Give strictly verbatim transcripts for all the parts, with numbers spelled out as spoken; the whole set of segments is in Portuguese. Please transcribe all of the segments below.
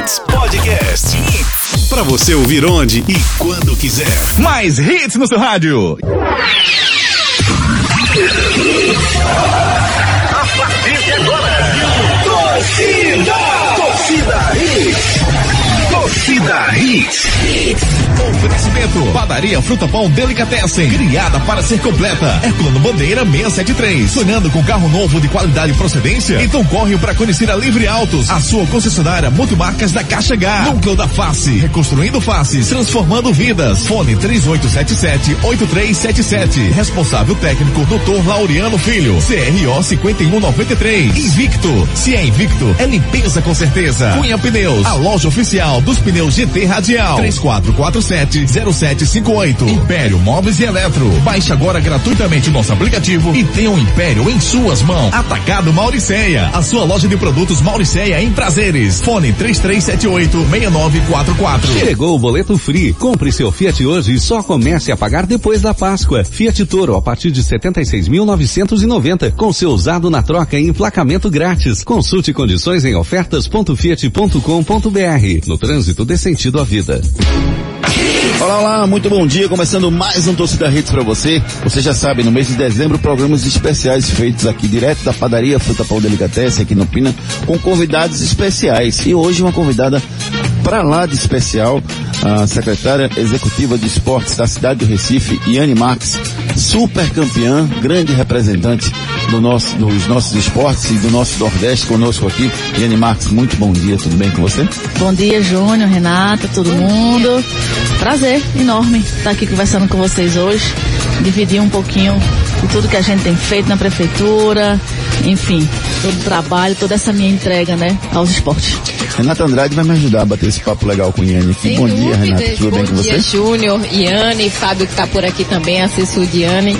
Hits Podcast. Hits. Pra você ouvir onde e quando quiser. Mais hits no seu rádio. A partir de agora, Torcida! Torcida Hits! Torcida Hits! Oferecimento: Padaria Fruta Pão Delicatessen, criada para ser completa. Herculano Bandeira seiscentos e setenta e três. Sonhando com carro novo de qualidade e procedência? Então corre para conhecer a Livre Autos, a sua concessionária multimarcas da Caixa H. Núcleo da Face, reconstruindo faces, transformando vidas. Fone três oito sete sete, oito três sete sete. Responsável técnico doutor Laureano Filho, C R O cinquenta e um noventa e três. Invicto, se é Invicto, é limpeza com certeza. Cunha Pneus, a loja oficial dos pneus G T Radial. três quatro quatro sete, zero sete cinco oito. Império Móveis e Eletro. Baixe agora gratuitamente o nosso aplicativo e tenha o Império em suas mãos. Atacado Mauricéia, a sua loja de produtos Mauricéia em Prazeres. Fone três três sete oito, seis nove quatro quatro. Chegou o boleto Free. Compre seu Fiat hoje e só comece a pagar depois da Páscoa. Fiat Toro a partir de setenta e seis mil novecentos e noventa, com seu usado na troca e emplacamento grátis. Consulte condições em ofertas ponto fiat ponto com ponto br. No trânsito dê sentido à vida. Olá, olá, muito bom dia, começando mais um Torcida Hits pra você. Você já sabe, no mês de dezembro, programas especiais feitos aqui direto da Padaria Fruta Pão Delicatessen, aqui no Pina, com convidados especiais. E hoje uma convidada pra lá de especial, a secretária executiva de esportes da cidade do Recife, Yane Marques, super campeã, grande representante do nosso, dos nossos esportes e do nosso Nordeste conosco aqui. Yane Marques, muito bom dia, tudo bem com você? Bom dia, Júnior, Renata, todo mundo. Prazer enorme estar aqui conversando com vocês hoje, dividir um pouquinho de tudo que a gente tem feito na prefeitura, enfim, todo o trabalho, toda essa minha entrega, né, aos esportes. Renata Andrade vai me ajudar a bater esse papo legal com o Yane aqui. Bom dia, Renata, tudo bem com você? Bom dia, Júnior, Yane, Fábio que está por aqui também, assessor de Yane.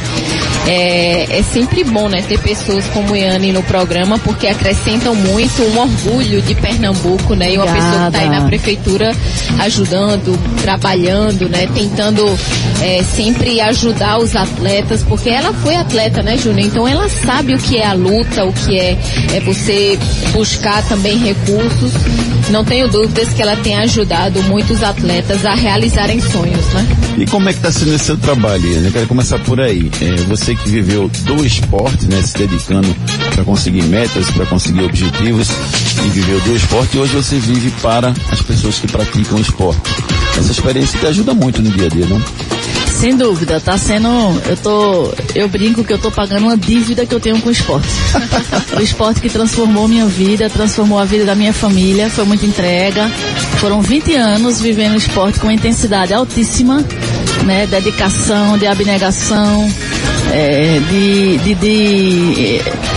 É, é sempre bom, né, ter pessoas como Yane no programa, porque acrescentam muito, um orgulho de Pernambuco, né, e uma Obrigada. pessoa que está aí na prefeitura ajudando, trabalhando, né, tentando é, sempre ajudar os atletas, porque ela foi atleta, né, Júnior, então ela sabe o que é a luta, o que é, é você buscar também recursos. Não tenho dúvidas que ela tem ajudado muitos atletas a realizarem sonhos, né? E como é que está sendo esse seu trabalho, Yane? Eu quero começar por aí. É, você que viveu do esporte, né, se dedicando para conseguir metas, para conseguir objetivos, e viveu do esporte, e hoje você vive para as pessoas que praticam esporte. Essa experiência te ajuda muito no dia a dia, não? Sem dúvida, tá sendo, eu tô, eu brinco que eu tô pagando uma dívida que eu tenho com o esporte. O esporte que transformou minha vida, transformou a vida da minha família, foi muita entrega. Foram vinte anos vivendo o esporte com intensidade altíssima, né, dedicação, de abnegação, é, de, de, de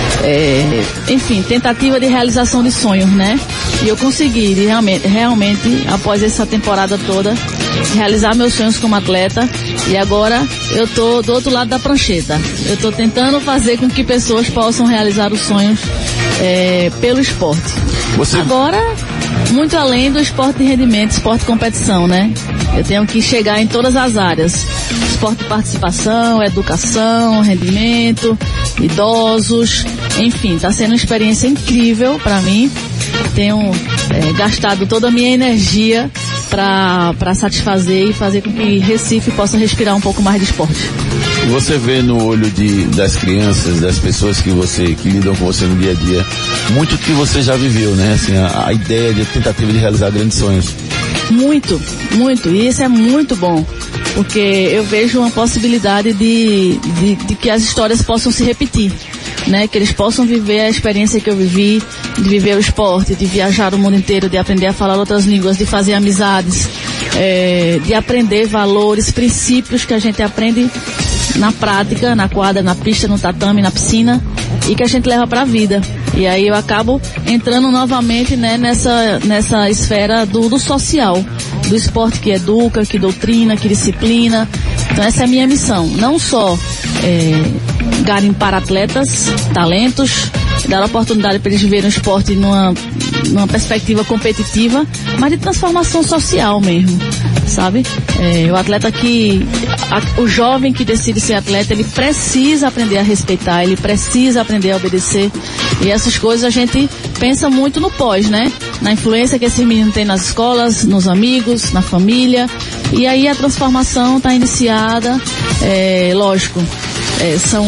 é, enfim, tentativa de realização de sonhos, né? E eu consegui realmente, realmente, após essa temporada toda, realizar meus sonhos como atleta. E agora eu tô do outro lado da prancheta. Eu tô tentando fazer com que pessoas possam realizar os sonhos é, pelo esporte. Você... Agora, muito além do esporte de rendimento, esporte de competição, né? Eu tenho que chegar em todas as áreas. Esporte de participação, educação, rendimento, idosos, enfim, tá sendo uma experiência incrível para mim. Tenho é, gastado toda a minha energia para satisfazer e fazer com que Recife possa respirar um pouco mais de esporte. Você vê no olho de, das crianças, das pessoas que você que lidam com você no dia a dia, muito que você já viveu, né? Assim, a, a ideia de tentativa de realizar grandes sonhos. Muito, muito. E isso é muito bom, porque eu vejo uma possibilidade de, de, de que as histórias possam se repetir, né? Que eles possam viver a experiência que eu vivi, de viver o esporte, de viajar o mundo inteiro, de aprender a falar outras línguas, de fazer amizades, é, de aprender valores, princípios que a gente aprende na prática, na quadra, na pista, no tatame, na piscina, e que a gente leva para a vida. E aí eu acabo entrando novamente, né, nessa, nessa esfera do, do social, do esporte que educa, que doutrina, que disciplina. Então essa é a minha missão, não só é, garimpar atletas, talentos, dar oportunidade para eles viverem o esporte numa, numa perspectiva competitiva, mas de transformação social mesmo, sabe? É, o atleta que, a, o jovem que decide ser atleta, ele precisa aprender a respeitar, ele precisa aprender a obedecer, e essas coisas a gente pensa muito no pós, né? na influência que esse menino tem nas escolas, nos amigos, na família. E aí a transformação está iniciada, é, lógico, é, são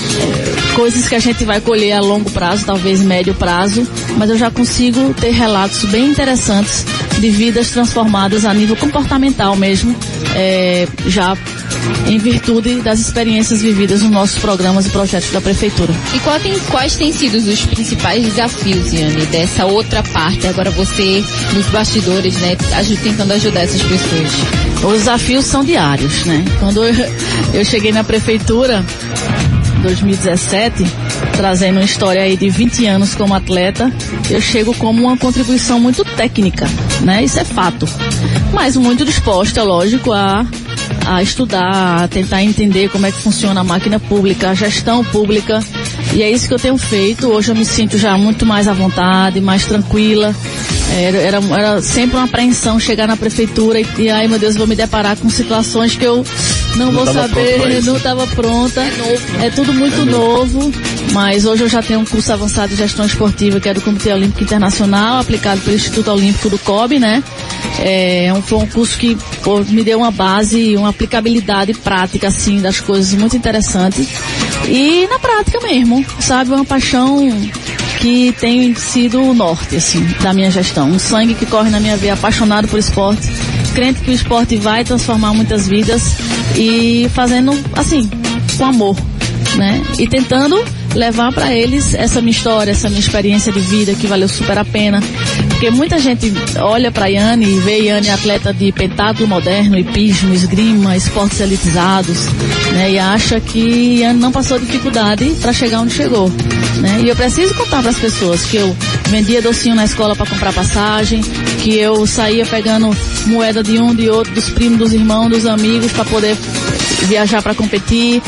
é, coisas que a gente vai colher a longo prazo, talvez médio prazo, mas eu já consigo ter relatos bem interessantes de vidas transformadas a nível comportamental mesmo, é, já em virtude das experiências vividas nos nossos programas e projetos da Prefeitura. E qual tem, quais têm sido os principais desafios, Yane, dessa outra parte, agora você nos bastidores, né, tentando ajudar essas pessoas? Os desafios são diários, né? Quando eu, eu cheguei na Prefeitura, em dois mil e dezessete, trazendo uma história aí de vinte anos como atleta, eu chego como uma contribuição muito técnica, né? Isso é fato. Mas muito disposta, lógico, a a estudar, a tentar entender como é que funciona a máquina pública, a gestão pública, e é isso que eu tenho feito. Hoje eu me sinto já muito mais à vontade, mais tranquila. Era, era, era sempre uma apreensão chegar na prefeitura e, e ai meu Deus, vou me deparar com situações que eu não, não vou saber, não estava pronta. É novo. É tudo muito é novo, mas hoje eu já tenho um curso avançado de gestão esportiva, que é do Comitê Olímpico Internacional, aplicado pelo Instituto Olímpico do C O B, né? É um, foi um curso que pô, me deu uma base, uma aplicabilidade prática, assim, das coisas muito interessante. E na prática mesmo, sabe? Uma paixão que tem sido o norte, assim, da minha gestão. Um sangue que corre na minha veia, apaixonado por esporte, crente que o esporte vai transformar muitas vidas e fazendo, assim, com amor, né? E tentando levar para eles essa minha história, essa minha experiência de vida que valeu super a pena. Porque muita gente olha para a Yane e vê a Yane atleta de pentáculo moderno, hipismo, esgrima, esportes elitizados, né? E acha que a Yane não passou dificuldade para chegar onde chegou, né? E eu preciso contar para as pessoas que eu vendia docinho na escola para comprar passagem, que eu saía pegando moeda de um, de outro, dos primos, dos irmãos, dos amigos para poder viajar para competir,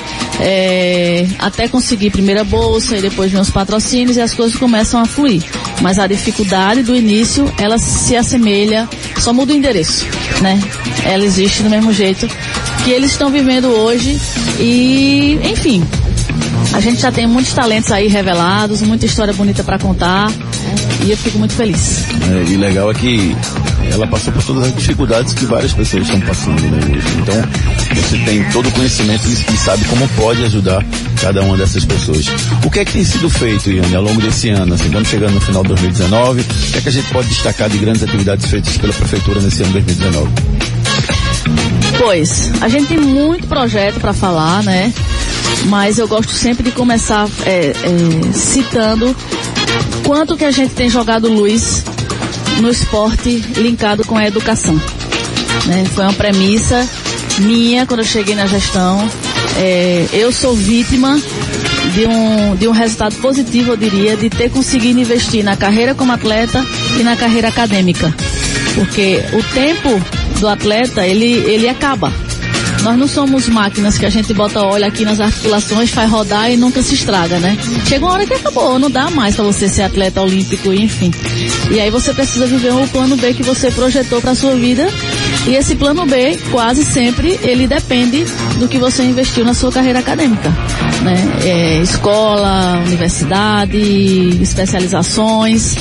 é, até conseguir primeira bolsa e depois meus patrocínios, e as coisas começam a fluir. Mas a dificuldade do início, ela se assemelha, só muda o endereço, né? Ela existe do mesmo jeito que eles estão vivendo hoje e, enfim, a gente já tem muitos talentos aí revelados, muita história bonita para contar e eu fico muito feliz. É, e legal é que ela passou por todas as dificuldades que várias pessoas estão passando, né, hoje. Então, você tem todo o conhecimento e sabe como pode ajudar cada uma dessas pessoas. O que é que tem sido feito, Yane, ao longo desse ano? Assim, estamos chegando no final de dois mil e dezenove. O que é que a gente pode destacar de grandes atividades feitas pela Prefeitura nesse ano de dois mil e dezenove? Pois, a gente tem muito projeto para falar, né? Mas eu gosto sempre de começar é, é, citando quanto que a gente tem jogado luz no esporte linkado com a educação, né? Foi uma premissa minha quando eu cheguei na gestão. É, eu sou vítima de um, de um resultado positivo, eu diria, de ter conseguido investir na carreira como atleta e na carreira acadêmica, porque o tempo do atleta, ele, ele acaba. Nós não somos máquinas que a gente bota óleo aqui nas articulações, faz rodar e nunca se estraga, né? Chega uma hora que acabou, não dá mais pra você ser atleta olímpico, enfim. E aí você precisa viver o plano B que você projetou pra sua vida. E esse plano B, quase sempre, ele depende do que você investiu na sua carreira acadêmica, né? É, escola, universidade, especializações.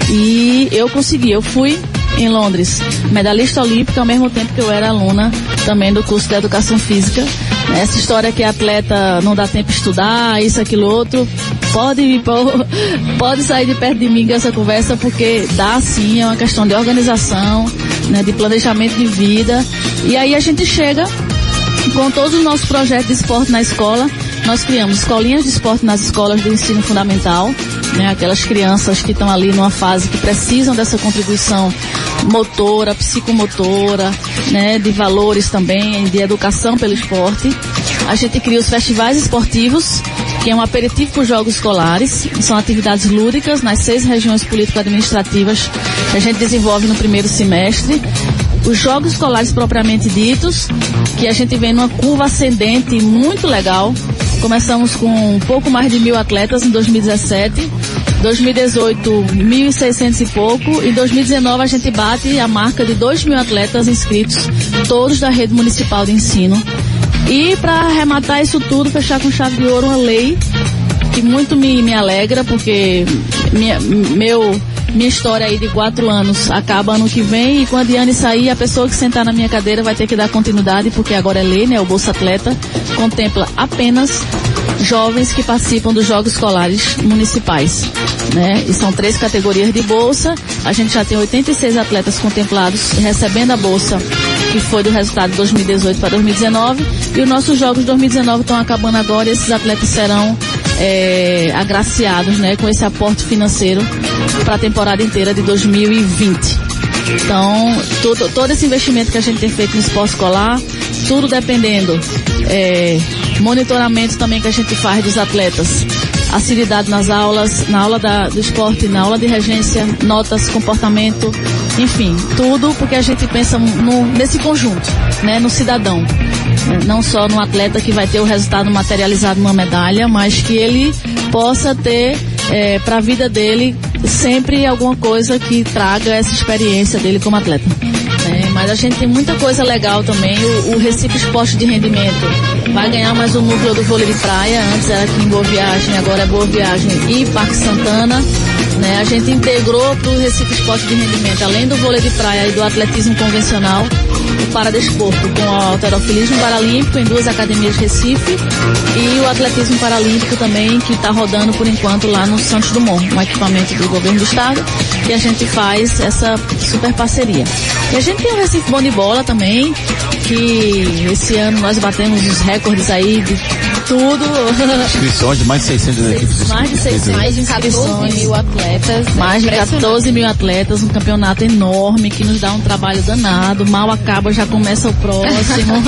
E eu consegui, eu fui em Londres, medalhista olímpica, ao mesmo tempo que eu era aluna também do curso de Educação Física. Essa história que atleta não dá tempo de estudar, isso, aquilo, outro, pode, pode sair de perto de mim com essa conversa, porque dá sim, é uma questão de organização, né, de planejamento de vida. E aí a gente chega com todos os nossos projetos de esporte na escola. Nós criamos escolinhas de esporte nas escolas do ensino fundamental, né, aquelas crianças que estão ali numa fase que precisam dessa contribuição motora, psicomotora, né, de valores também, de educação pelo esporte. A gente cria os festivais esportivos, que é um aperitivo para os jogos escolares. São atividades lúdicas nas seis regiões político-administrativas que a gente desenvolve no primeiro semestre. Os jogos escolares propriamente ditos, que a gente vem numa curva ascendente muito legal. Começamos com um pouco mais de mil atletas em dois mil e dezessete, dois mil e dezoito, mil e seiscentos e pouco, e em dois mil e dezenove a gente bate a marca de dois mil atletas inscritos, todos da rede municipal de ensino. E para arrematar isso tudo, fechar com chave de ouro uma lei que muito me, me alegra, porque minha, meu, minha história aí de quatro anos acaba ano que vem, e quando a Diane sair, a pessoa que sentar na minha cadeira vai ter que dar continuidade, porque agora é lei, né? O Bolsa Atleta contempla apenas jovens que participam dos Jogos Escolares Municipais, né? E são três categorias de bolsa. A gente já tem oitenta e seis atletas contemplados recebendo a bolsa, que foi do resultado de dois mil e dezoito para dois mil e dezenove, e os nossos Jogos de dois mil e dezenove estão acabando agora, e esses atletas serão é, agraciados, né, com esse aporte financeiro para a temporada inteira de dois mil e vinte. Então, todo, todo esse investimento que a gente tem feito no esporte escolar, tudo dependendo, é, monitoramento também que a gente faz dos atletas, assiduidade nas aulas, na aula da, do esporte, na aula de regência, notas, comportamento, enfim, tudo porque a gente pensa no, nesse conjunto, né, no cidadão. Não só no atleta que vai ter o resultado materializado numa medalha, mas que ele possa ter é, para a vida dele sempre alguma coisa que traga essa experiência dele como atleta. É, mas a gente tem muita coisa legal também. O, o Recife Esporte de Rendimento vai ganhar mais um núcleo do vôlei de praia. Antes era aqui em Boa Viagem, agora é Boa Viagem e Parque Santana. Né? A gente integrou para o Recife Esporte de Rendimento, além do vôlei de praia e do atletismo convencional, o paradesporto com o halterofilismo paralímpico em duas academias de Recife, e o atletismo paralímpico também, que está rodando por enquanto lá no Santos Dumont, um equipamento do governo do estado, e a gente faz essa super parceria. E a gente tem o Recife Bom de Bola também, que esse ano nós batemos os recordes aí de tudo. Inscrições de mais de seiscentas equipes. Mais de seiscentas, mais de quatorze mil atletas. Mais de quatorze mil atletas, um campeonato enorme que nos dá um trabalho danado. Mal acaba, já começa o próximo.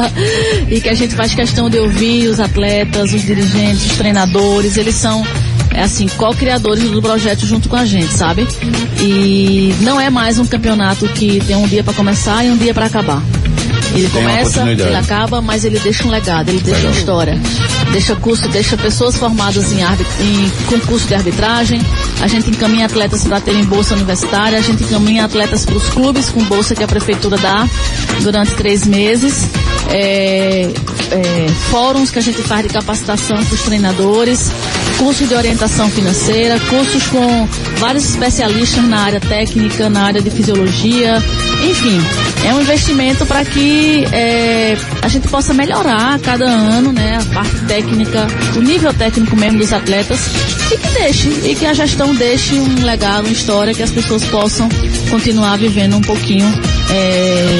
E que a gente faz questão de ouvir os atletas, os dirigentes, os treinadores. Eles são, é assim, co-criadores do projeto junto com a gente, sabe? E não é mais um campeonato que tem um dia para começar e um dia para acabar. Ele começa, ele acaba, mas ele deixa um legado, ele deixa uma história. Deixa curso, deixa pessoas formadas em, arbit, em concurso de arbitragem. A gente encaminha atletas para terem bolsa universitária. A gente encaminha atletas para os clubes com bolsa que a prefeitura dá durante três meses. É, é, fóruns que a gente faz de capacitação para os treinadores, cursos de orientação financeira, cursos com vários especialistas na área técnica, na área de fisiologia, enfim, é um investimento para que é, a gente possa melhorar a cada ano, né, a parte técnica, o nível técnico mesmo dos atletas, e que deixe, e que a gestão deixe um legado, uma história, que as pessoas possam continuar vivendo um pouquinho é,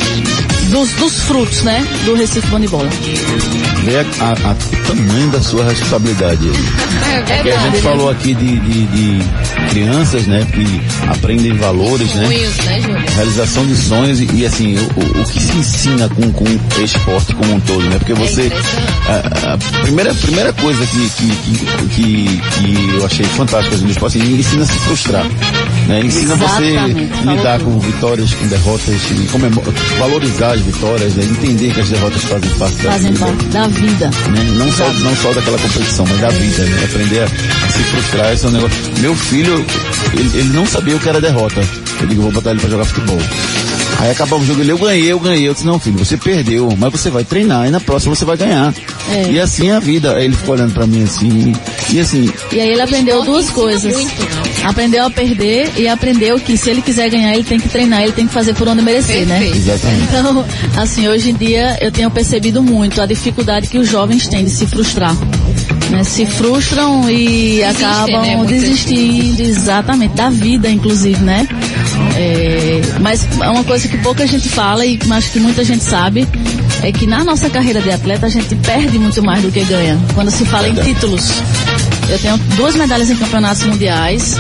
Dos, dos frutos, né, do Recife Bom de Bola. Vê a, a, a tamanho da sua responsabilidade. É verdade. Porque a gente né? falou aqui de, de, de crianças, né, que aprendem valores, né? Sonhos, né, Júlio? Realização de sonhos e, e assim, o, o que se ensina com, com o esporte como um todo, né? Porque você, a, a primeira, primeira coisa que, que, que, que, que eu achei fantástica no esporte, assim, ensina a se frustrar, né? Ensina Exatamente. você lidar com vitórias, com derrotas, e comemor- valorizar as vitórias, né? Entender que as derrotas fazem parte da Fazem vida. parte da vida. Né? Não, só, não só daquela competição, mas da vida, né? Aprender a, a se frustrar, esse é um negócio. Meu filho, ele, ele não sabia o que era derrota. Eu digo, vou botar ele pra jogar futebol. Aí acabava o jogo, ele, eu ganhei, eu ganhei. Eu disse, não, filho, você perdeu, mas você vai treinar e na próxima você vai ganhar. É. E assim é a vida. Aí ele ficou olhando pra mim assim, e assim... E aí ele aprendeu duas coisas. Muito, né? Aprendeu a perder e aprendeu que se ele quiser ganhar, ele tem que treinar, ele tem que fazer por onde merecer, Perfeito. né? Exatamente. Então, assim, hoje em dia eu tenho percebido muito a dificuldade que os jovens têm de se frustrar. Né? Se frustram e Desistem, acabam né? Muitas desistindo, exatamente, da vida, inclusive, né? É, mas é uma coisa que pouca gente fala e acho que muita gente sabe, é que na nossa carreira de atleta a gente perde muito mais do que ganha. Quando se fala em títulos, eu tenho duas medalhas em campeonatos mundiais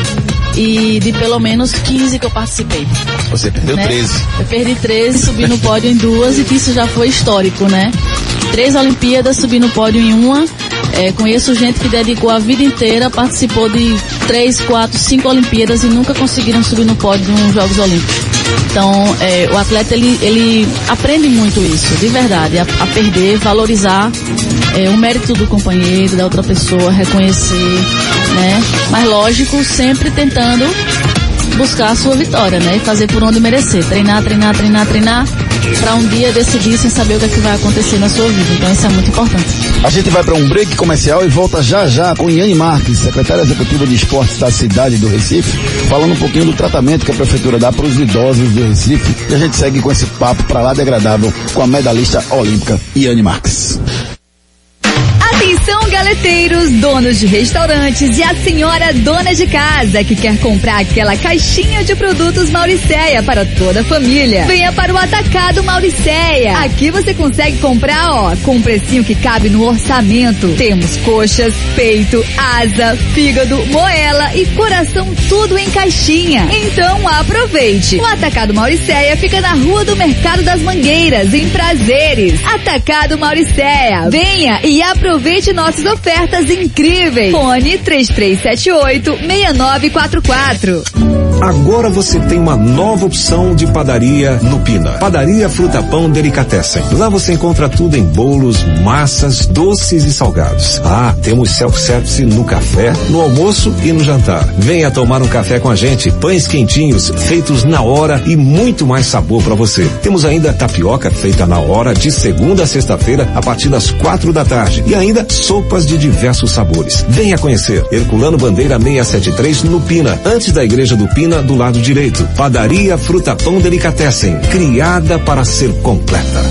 e de pelo menos quinze que eu participei. Você perdeu né? treze. Eu perdi treze, subi no pódio em duas, e que isso já foi histórico, né? Três Olimpíadas, subi no pódio em uma. É, conheço gente que dedicou a vida inteira, participou de três, quatro, cinco Olimpíadas e nunca conseguiram subir no pódio nos Jogos Olímpicos. Então, é, o atleta, ele, ele aprende muito isso, de verdade, a, a perder, valorizar é, o mérito do companheiro, da outra pessoa, reconhecer, né? Mas lógico, sempre tentando buscar a sua vitória, né? E fazer por onde merecer. Treinar, treinar, treinar, treinar, para um dia decidir sem saber o que é que vai acontecer na sua vida. Então isso é muito importante. A gente vai para um break comercial e volta já já com Yane Marques, secretária executiva de esportes da cidade do Recife, falando um pouquinho do tratamento que a prefeitura dá para os idosos do Recife. E a gente segue com esse papo para lá de agradável com a medalhista olímpica Yane Marques. Atenção, galeteiros, donos de restaurantes e a senhora dona de casa que quer comprar aquela caixinha de produtos Mauricéia para toda a família. Venha para o Atacado Mauricéia. Aqui você consegue comprar, ó, com um precinho que cabe no orçamento. Temos coxas, peito, asa, fígado, moela e coração, tudo em caixinha. Então aproveite. O Atacado Mauricéia fica na Rua do Mercado das Mangueiras, em Prazeres. Atacado Mauricéia. Venha e aproveite nossas ofertas incríveis. Fone três três sete oito, seis nove quatro quatro. Agora você tem uma nova opção de padaria no Pina. Padaria Fruta Pão Delicatessen. Lá você encontra tudo em bolos, massas, doces e salgados. Ah, temos self-service no café, no almoço e no jantar. Venha tomar um café com a gente. Pães quentinhos, feitos na hora e muito mais sabor para você. Temos ainda tapioca feita na hora de segunda a sexta-feira a partir das quatro da tarde. E ainda sopas de diversos sabores. Venha conhecer. Herculano Bandeira seiscentos e setenta e três no Pina, antes da Igreja do Pina, do lado direito. Padaria Fruta Pão Delicatessen, criada para ser completa.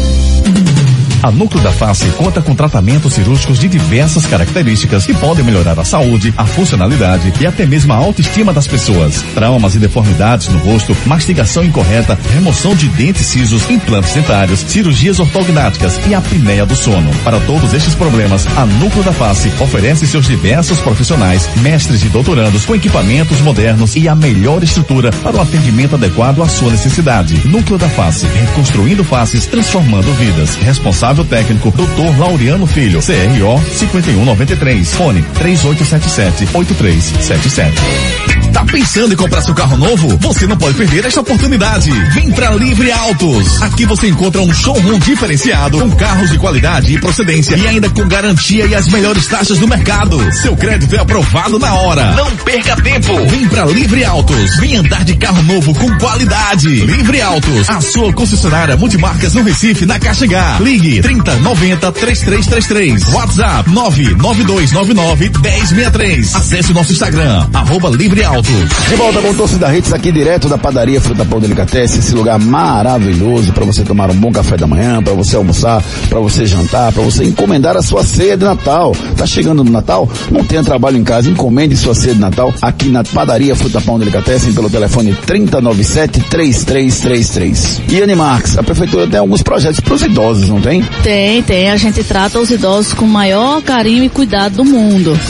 A Núcleo da Face conta com tratamentos cirúrgicos de diversas características que podem melhorar a saúde, a funcionalidade e até mesmo a autoestima das pessoas. Traumas e deformidades no rosto, mastigação incorreta, remoção de dentes cisos, implantes dentários, cirurgias ortognáticas e apneia do sono. Para todos estes problemas, a Núcleo da Face oferece seus diversos profissionais, mestres e doutorandos com equipamentos modernos e a melhor estrutura para o atendimento adequado à sua necessidade. Núcleo da Face, reconstruindo faces, transformando vidas. Responsável técnico, doutor Laureano Filho, C R O cinquenta e um noventa e três, fone três oito sete sete, oito três sete sete. Tá pensando em comprar seu carro novo? Você não pode perder esta oportunidade. Vem pra Livre Autos. Aqui você encontra um showroom diferenciado com carros de qualidade e procedência e ainda com garantia e as melhores taxas do mercado. Seu crédito é aprovado na hora. Não perca tempo. Vem pra Livre Autos. Vem andar de carro novo com qualidade. Livre Autos, a sua concessionária multimarcas no Recife, na Caxangá. Ligue trinta noventa, trinta e três trinta e três. WhatsApp nove nove dois nove nove, um zero seis três. Acesse o nosso Instagram, arroba Livre Autos. De volta com o Torcida Hits aqui direto da padaria Fruta Pão Delicatessen, esse lugar maravilhoso para você tomar um bom café da manhã, para você almoçar, para você jantar, para você encomendar a sua ceia de Natal. Tá chegando no Natal? Não tenha trabalho em casa, encomende sua ceia de Natal aqui na padaria Fruta Pão Delicatessen pelo telefone trinta noventa e sete, trinta e três trinta e três. Yane Marques, a prefeitura tem alguns projetos para os idosos, não tem? Tem, tem. A gente trata os idosos com o maior carinho e cuidado do mundo.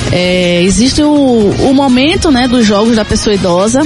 É, existe o, o momento, né, dos Jogos da Pessoa Idosa.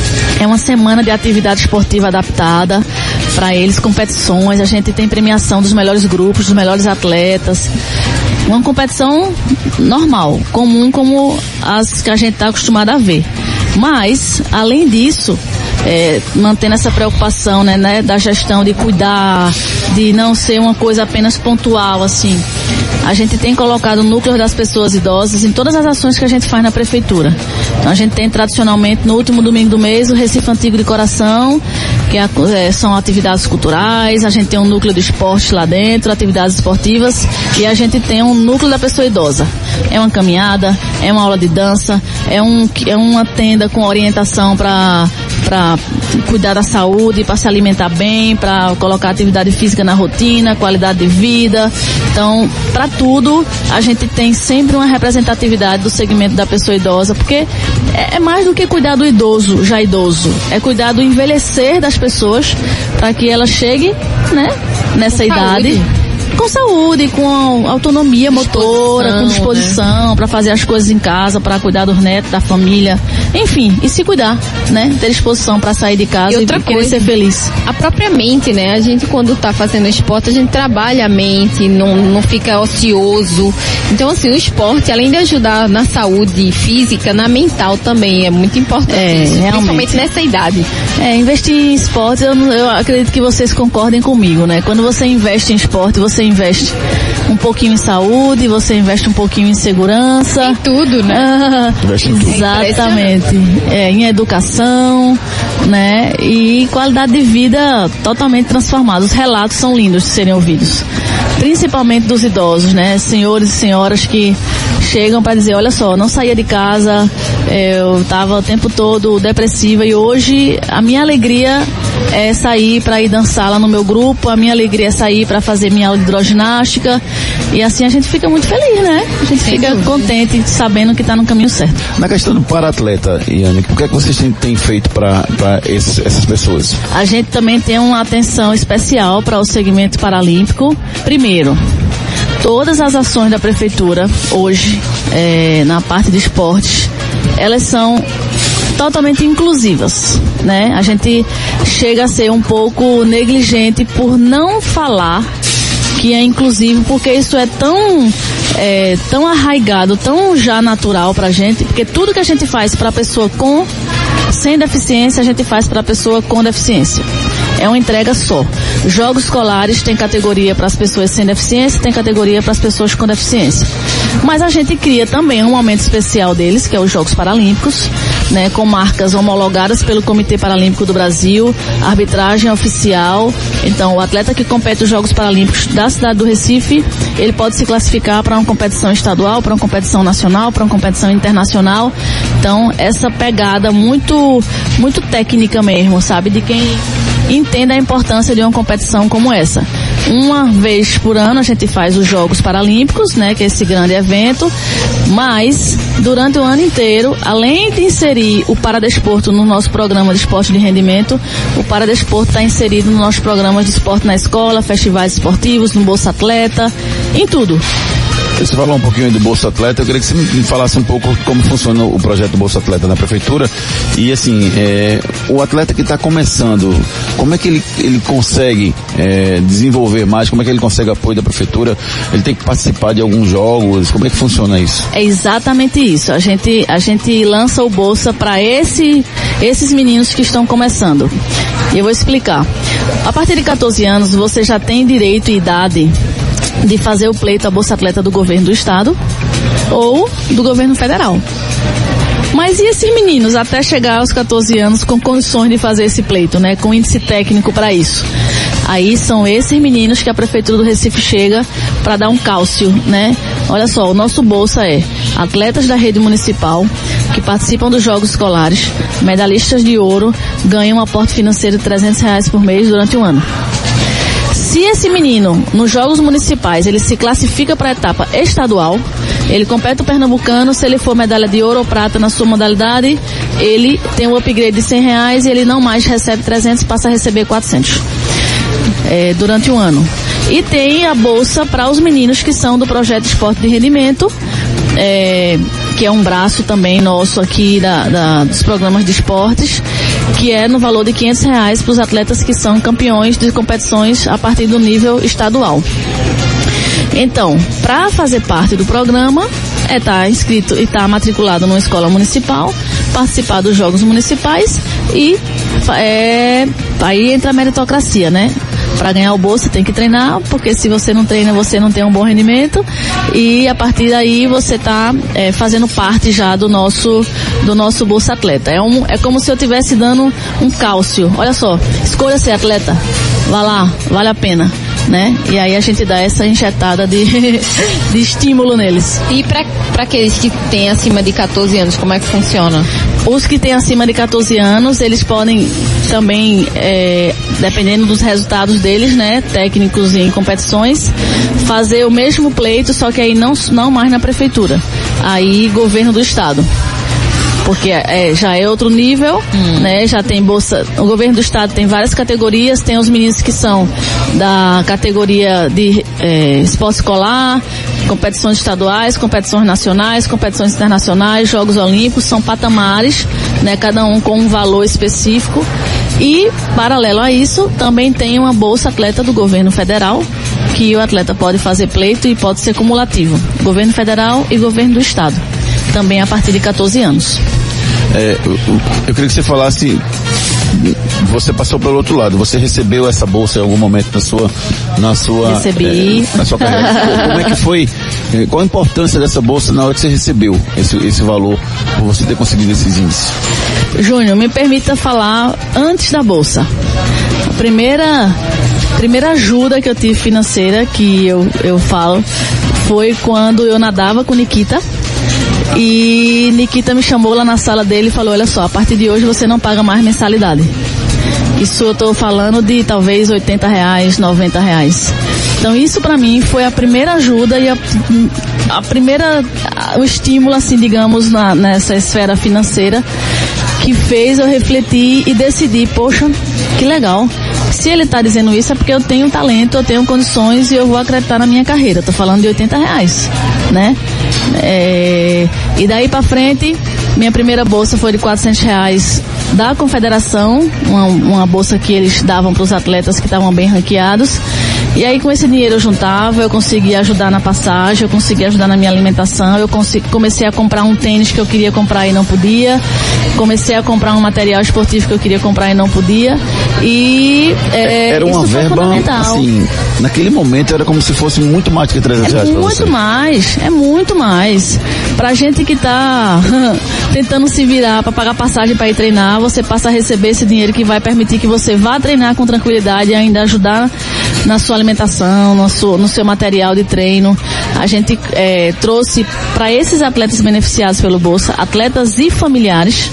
É uma semana de atividade esportiva adaptada para eles, competições. A gente tem premiação dos melhores grupos, dos melhores atletas. Uma competição normal, comum, como as que a gente está acostumado a ver. Mas, além disso, é, mantendo essa preocupação, né, né, da gestão, de cuidar, de não ser uma coisa apenas pontual, assim. A gente tem colocado o núcleo das pessoas idosas em todas as ações que a gente faz na prefeitura. Então a gente tem tradicionalmente no último domingo do mês o Recife Antigo de Coração, que é, é, são atividades culturais, a gente tem um núcleo de esporte lá dentro, atividades esportivas, e a gente tem um núcleo da pessoa idosa. É uma caminhada, é uma aula de dança, é, um, é uma tenda com orientação para para cuidar da saúde, para se alimentar bem, para colocar atividade física na rotina, qualidade de vida. Então, para tudo, a gente tem sempre uma representatividade do segmento da pessoa idosa, porque é, é mais do que cuidar do idoso, já idoso. É cuidar do envelhecer das pessoas para que ela chegue, né, nessa com idade. Saúde. Com saúde, com autonomia motora, com disposição, né, para fazer as coisas em casa, para cuidar dos netos, da família, enfim, e se cuidar, né? Ter disposição para sair de casa e, outra e querer coisa, ser feliz. A própria mente, né? A gente, quando tá fazendo esporte, a gente trabalha a mente, não, não fica ocioso. Então, assim, o esporte, além de ajudar na saúde física, na mental também, é muito importante. É, isso, principalmente nessa idade. É, investir em esporte, eu, eu acredito que vocês concordem comigo, né? Quando você investe em esporte, você investe um pouquinho em saúde, você investe um pouquinho em segurança. Em tudo, né? Ah, investe em tudo. Exatamente. É, em educação, né? E qualidade de vida totalmente transformada. Os relatos são lindos de serem ouvidos. Principalmente dos idosos, né? Senhores e senhoras que chegam para dizer, olha só, não saía de casa, eu estava o tempo todo depressiva e hoje a minha alegria é sair para ir dançar lá no meu grupo, a minha alegria é sair para fazer minha aula de hidroginástica e assim a gente fica muito feliz, né? A gente Sem fica dúvida. contente sabendo que está no caminho certo. Na questão do para-atleta, Iane, o que é que vocês têm, têm feito para essas pessoas? A gente também tem uma atenção especial para o segmento paralímpico. Primeiro, todas as ações da prefeitura hoje, é, na parte de esportes, elas são totalmente inclusivas, né? A gente chega a ser um pouco negligente por não falar que é inclusivo, porque isso é tão é, tão arraigado, tão já natural pra gente, porque tudo que a gente faz para a pessoa com sem deficiência, a gente faz para a pessoa com deficiência. É uma entrega só. Jogos escolares tem categoria para as pessoas sem deficiência, tem categoria para as pessoas com deficiência. Mas a gente cria também um momento especial deles, que é os Jogos Paralímpicos, né, com marcas homologadas pelo Comitê Paralímpico do Brasil, arbitragem oficial. Então, o atleta que compete os Jogos Paralímpicos da cidade do Recife, ele pode se classificar para uma competição estadual, para uma competição nacional, para uma competição internacional. Então, essa pegada muito, muito técnica mesmo, sabe, de quem entenda a importância de uma competição como essa. Uma vez por ano a gente faz os Jogos Paralímpicos, né, que é esse grande evento, mas durante o ano inteiro, além de inserir o Paradesporto no nosso programa de esporte de rendimento, o Paradesporto está inserido nos nossos programas de esporte na escola, festivais esportivos, no Bolsa Atleta, em tudo. Você falou um pouquinho do Bolsa Atleta, eu queria que você me falasse um pouco como funciona o projeto Bolsa Atleta na prefeitura e assim, é, o atleta que está começando, como é que ele, ele consegue é, desenvolver mais, como é que ele consegue apoio da prefeitura, ele tem que participar de alguns jogos, como é que funciona isso? É exatamente isso, a gente, a gente lança o Bolsa para esse, esses meninos que estão começando. E eu vou explicar. A partir de catorze anos você já tem direito e idade de fazer o pleito à Bolsa Atleta do governo do estado ou do governo federal. Mas e esses meninos até chegar aos catorze anos com condições de fazer esse pleito, né? Com índice técnico para isso. Aí são esses meninos que a Prefeitura do Recife chega para dar um cálcio, né? Olha só, o nosso Bolsa é atletas da rede municipal que participam dos Jogos Escolares, medalhistas de ouro, ganham um aporte financeiro de trezentos reais por mês durante um ano. Se esse menino, nos Jogos Municipais, ele se classifica para a etapa estadual, ele compete o pernambucano, se ele for medalha de ouro ou prata na sua modalidade, ele tem um upgrade de cem reais e ele não mais recebe trezentos, passa a receber quatrocentos é, durante um ano. E tem a bolsa para os meninos que são do projeto Esporte de Rendimento, é, que é um braço também nosso aqui da, da, dos programas de esportes, que é no valor de quinhentos reais para os atletas que são campeões de competições a partir do nível estadual. Então, para fazer parte do programa, é estar tá inscrito e estar tá matriculado numa escola municipal, participar dos Jogos Municipais e é, aí entra a meritocracia, né? Para ganhar o bolsa tem que treinar, porque se você não treina, você não tem um bom rendimento e a partir daí você está é, fazendo parte já do nosso do nosso Bolsa Atleta. É, um, é como se eu estivesse dando um cálcio. Olha só, escolha ser atleta, vá lá, vale a pena, né? E aí a gente dá essa injetada de, de estímulo neles. E para aqueles que têm acima de catorze anos, como é que funciona? Os que têm acima de catorze anos, eles podem também, é, dependendo dos resultados deles, né, técnicos em competições, fazer o mesmo pleito, só que aí não, não mais na prefeitura, aí governo do estado. Porque é, já é outro nível, hum. né, já tem bolsa, o governo do estado tem várias categorias, tem os meninos que são da categoria de é, esporte escolar, competições estaduais, competições nacionais, competições internacionais, Jogos Olímpicos, são patamares, né, cada um com um valor específico. E, paralelo a isso, também tem uma Bolsa Atleta do governo federal, que o atleta pode fazer pleito e pode ser cumulativo. Governo federal e governo do estado. Também a partir de catorze anos. É, eu, eu queria que você falasse você passou pelo outro lado, você recebeu essa bolsa em algum momento na sua, na sua, Recebi. É, na sua carreira. Como é que foi, qual a importância dessa bolsa na hora que você recebeu esse, esse valor, por você ter conseguido esses índices? Júnior, me permita falar antes da bolsa. A primeira, primeira ajuda que eu tive financeira, que eu, eu falo, foi quando eu nadava com Nikita. E Nikita me chamou lá na sala dele e falou, olha só, a partir de hoje você não paga mais mensalidade. Isso eu estou falando de talvez oitenta reais, noventa reais. Então isso para mim foi a primeira ajuda e a, a primeira, o estímulo assim, digamos, na, nessa esfera financeira, que fez eu refletir e decidir, poxa, que legal. Se ele está dizendo isso é porque eu tenho talento, eu tenho condições e eu vou acreditar na minha carreira. Estou falando de oitenta reais, né? É, e daí para frente, minha primeira bolsa foi de quatrocentos reais da Confederação, uma, uma bolsa que eles davam para os atletas que estavam bem ranqueados. E aí com esse dinheiro eu juntava, eu conseguia ajudar na passagem, eu conseguia ajudar na minha alimentação, eu consegui, comecei a comprar um tênis que eu queria comprar e não podia, comecei a comprar um material esportivo que eu queria comprar e não podia, e é, era uma isso foi verba, fundamental. Assim, naquele momento era como se fosse muito mais que trezentos reais pra você. É muito mais, é muito mais. Pra gente que tá tentando se virar para pagar passagem para ir treinar, você passa a receber esse dinheiro que vai permitir que você vá treinar com tranquilidade e ainda ajudar na sua alimentação, no seu, no seu material de treino. A gente é, trouxe para esses atletas beneficiados pelo Bolsa, atletas e familiares,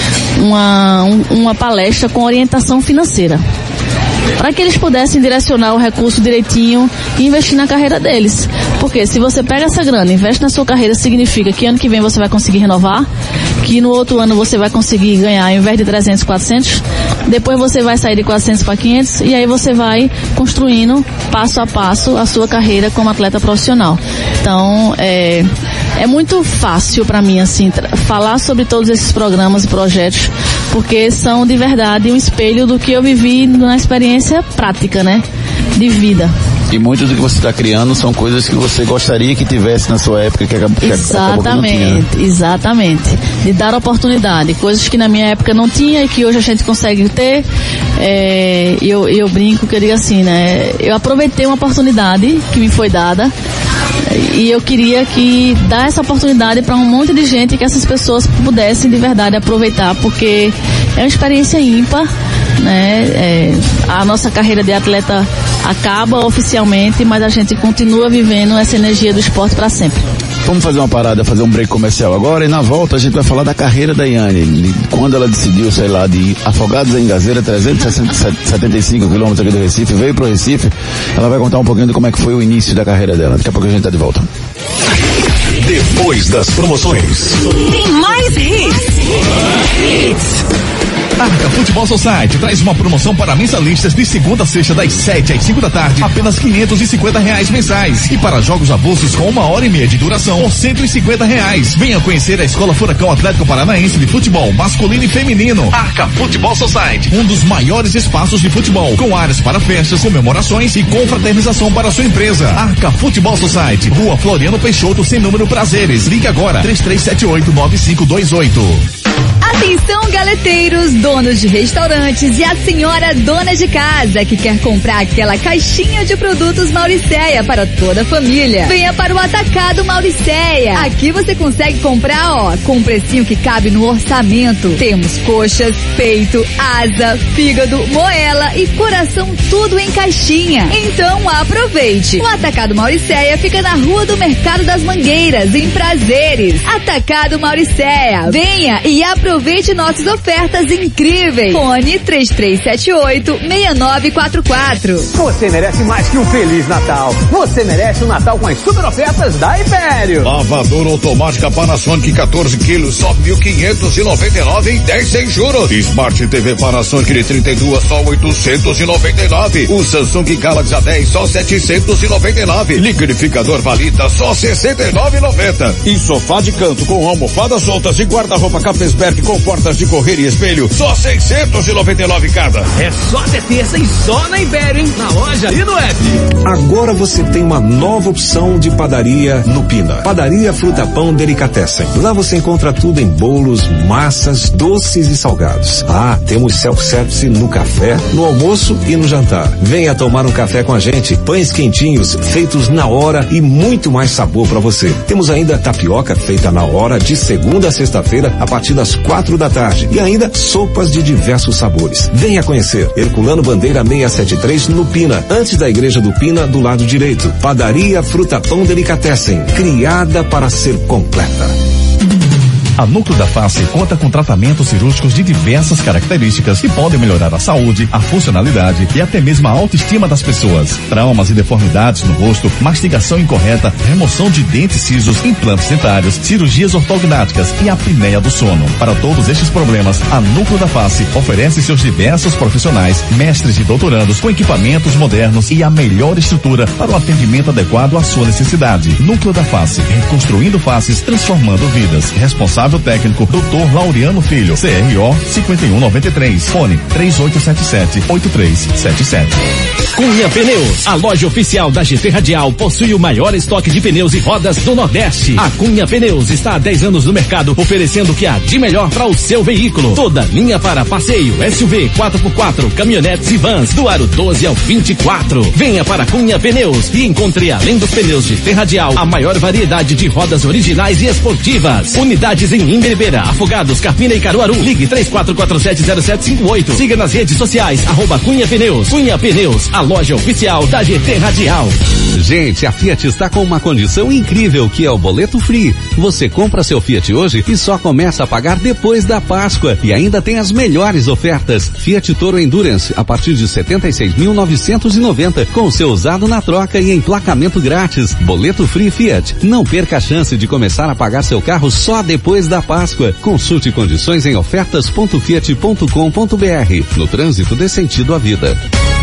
uma, um, uma palestra com orientação financeira, para que eles pudessem direcionar o recurso direitinho e investir na carreira deles. Porque se você pega essa grana e investe na sua carreira, significa que ano que vem você vai conseguir renovar, que no outro ano você vai conseguir ganhar, ao invés de trezentos, quatrocentos, depois você vai sair de quatrocentos para quinhentos, e aí você vai construindo passo a passo a sua carreira como atleta profissional. Então, é, é muito fácil para mim, assim, falar sobre todos esses programas e projetos, porque são de verdade um espelho do que eu vivi na experiência prática, né, de vida. E muito do que você está criando são coisas que você gostaria que tivesse na sua época, que acabou que Exatamente, não tinha. Exatamente. De dar oportunidade. Coisas que na minha época não tinha e que hoje a gente consegue ter. É, eu, eu brinco que eu digo assim, né? Eu aproveitei uma oportunidade que me foi dada e eu queria que dar essa oportunidade para um monte de gente, que essas pessoas pudessem de verdade aproveitar, porque é uma experiência ímpar, né? É, a nossa carreira de atleta acaba oficialmente, mas a gente continua vivendo essa energia do esporte para sempre. Vamos fazer uma parada, fazer um break comercial agora, e na volta a gente vai falar da carreira da Yane, quando ela decidiu, sei lá, de Afogados em Gazeira, trezentos e setenta e cinco quilômetros aqui do Recife, veio pro Recife. Ela vai contar um pouquinho de como é que foi o início da carreira dela. Daqui a pouco a gente tá de volta. Depois das promoções, tem mais hits. Hits. Arca Futebol Society traz uma promoção para mensalistas de segunda a sexta, das sete às cinco da tarde, apenas quinhentos e cinquenta reais mensais. E para jogos avulsos com uma hora e meia de duração, por cento e cinquenta reais. Venha conhecer a Escola Furacão Atlético Paranaense de Futebol Masculino e Feminino. Arca Futebol Society, um dos maiores espaços de futebol, com áreas para festas, comemorações e confraternização para sua empresa. Arca Futebol Society, Rua Floriano Peixoto, sem número Prazeres. Ligue agora, três três sete oito nove cinco dois oito. Atenção, galeteiros, donos de restaurantes e a senhora dona de casa que quer comprar aquela caixinha de produtos Mauricéia para toda a família. Venha para o Atacado Mauricéia. Aqui você consegue comprar, ó, com um precinho que cabe no orçamento. Temos coxas, peito, asa, fígado, moela e coração, tudo em caixinha. Então aproveite. O Atacado Mauricéia fica na Rua do Mercado das Mangueiras, em Prazeres. Atacado Mauricéia. Venha e aproveite nossas ofertas incríveis. Fone três três sete oito, seis nove quatro quatro. Você merece mais que um Feliz Natal. Você merece um Natal com as super ofertas da Império. Lavadora automática Panasonic quatorze quilos, só mil quinhentos e noventa e nove em dez sem juros. Smart T V Panasonic de trinta e dois, só oitocentos e noventa e nove. O Samsung Galaxy A dez, só setecentos e noventa e nove. Liquidificador Valita, só sessenta e nove reais e noventa centavos. E sofá de canto com almofadas soltas e guarda-roupa Capesberg com com portas de correr e espelho, só seiscentos e noventa e nove cada. É só até terça e só na Império, hein? Na loja e no app. Agora você tem uma nova opção de padaria no Pina. Padaria Fruta Pão Delicatessen. Lá você encontra tudo em bolos, massas, doces e salgados. Ah, temos self-service no café, no almoço e no jantar. Venha tomar um café com a gente. Pães quentinhos, feitos na hora e muito mais sabor para você. Temos ainda tapioca feita na hora de segunda a sexta-feira a partir das quatro da tarde. E ainda sopas de diversos sabores. Venha conhecer. Herculano Bandeira seiscentos e setenta e três no Pina, antes da Igreja do Pina, do lado direito. Padaria Fruta Pão Delicatessen, criada para ser completa. A Núcleo da Face conta com tratamentos cirúrgicos de diversas características que podem melhorar a saúde, a funcionalidade e até mesmo a autoestima das pessoas. Traumas e deformidades no rosto, mastigação incorreta, remoção de dentes cisos, implantes dentários, cirurgias ortognáticas e apneia do sono. Para todos estes problemas, a Núcleo da Face oferece seus diversos profissionais, mestres e doutorandos com equipamentos modernos e a melhor estrutura para o atendimento adequado à sua necessidade. Núcleo da Face, reconstruindo faces, transformando vidas. Responsável técnico, doutor Laureano Filho, C R O cinquenta e um noventa e três, fone três oito sete sete, oito três sete sete. Cunha Pneus, a loja oficial da G T Radial, possui o maior estoque de pneus e rodas do Nordeste. A Cunha Pneus está há dez anos no mercado, oferecendo o que há de melhor para o seu veículo. Toda linha para passeio, S U V, quatro por quatro, caminhonetes e vans, do aro doze ao vinte e quatro. Venha para Cunha Pneus e encontre, além dos pneus G T Radial, a maior variedade de rodas originais e esportivas. Unidades em Imbiribeira, Afogados, Carpina e Caruaru. Ligue três quatro quatro sete zero sete cinco oito. Siga nas redes sociais, arroba Cunha Pneus. Cunha Pneus, a loja oficial da G T Radial. Gente, a Fiat está com uma condição incrível, que é o boleto free. Você compra seu Fiat hoje e só começa a pagar depois da Páscoa. E ainda tem as melhores ofertas. Fiat Toro Endurance, a partir de setenta e seis mil novecentos e noventa, com seu usado na troca e emplacamento grátis. Boleto free Fiat. Não perca a chance de começar a pagar seu carro só depois da Páscoa. Consulte condições em ofertas ponto fiat ponto com ponto br. No trânsito, dê sentido à vida.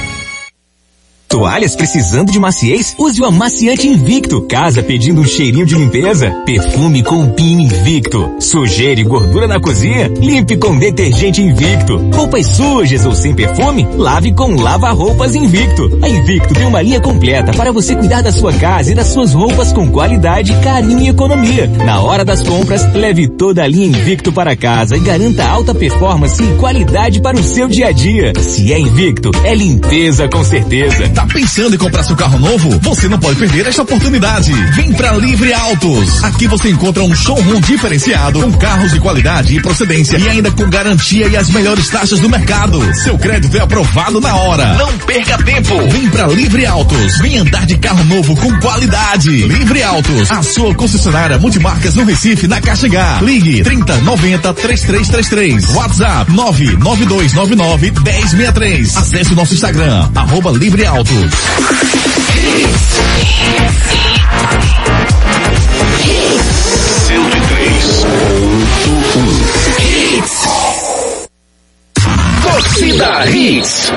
Toalhas precisando de maciez? Use o amaciante Invicto. Casa pedindo um cheirinho de limpeza? Perfume com o Pino Invicto. Sujeira e gordura na cozinha? Limpe com detergente Invicto. Roupas sujas ou sem perfume? Lave com lava-roupas Invicto. A Invicto tem uma linha completa para você cuidar da sua casa e das suas roupas com qualidade, carinho e economia. Na hora das compras, leve toda a linha Invicto para casa e garanta alta performance e qualidade para o seu dia a dia. Se é Invicto, é limpeza com certeza. Tá pensando em comprar seu carro novo? Você não pode perder esta oportunidade. Vem pra Livre Autos. Aqui você encontra um showroom diferenciado com carros de qualidade e procedência e ainda com garantia e as melhores taxas do mercado. Seu crédito é aprovado na hora. Não perca tempo. Vem pra Livre Autos. Vem andar de carro novo com qualidade. Livre Autos, a sua concessionária multimarcas no Recife, na Caixa H. Ligue trinta, noventa, trinta e três trinta e três. WhatsApp nove nove dois nove nove, um zero seis três. Acesse o nosso Instagram, arroba Livre Autos. cento e três ponto um. Torcida Hits.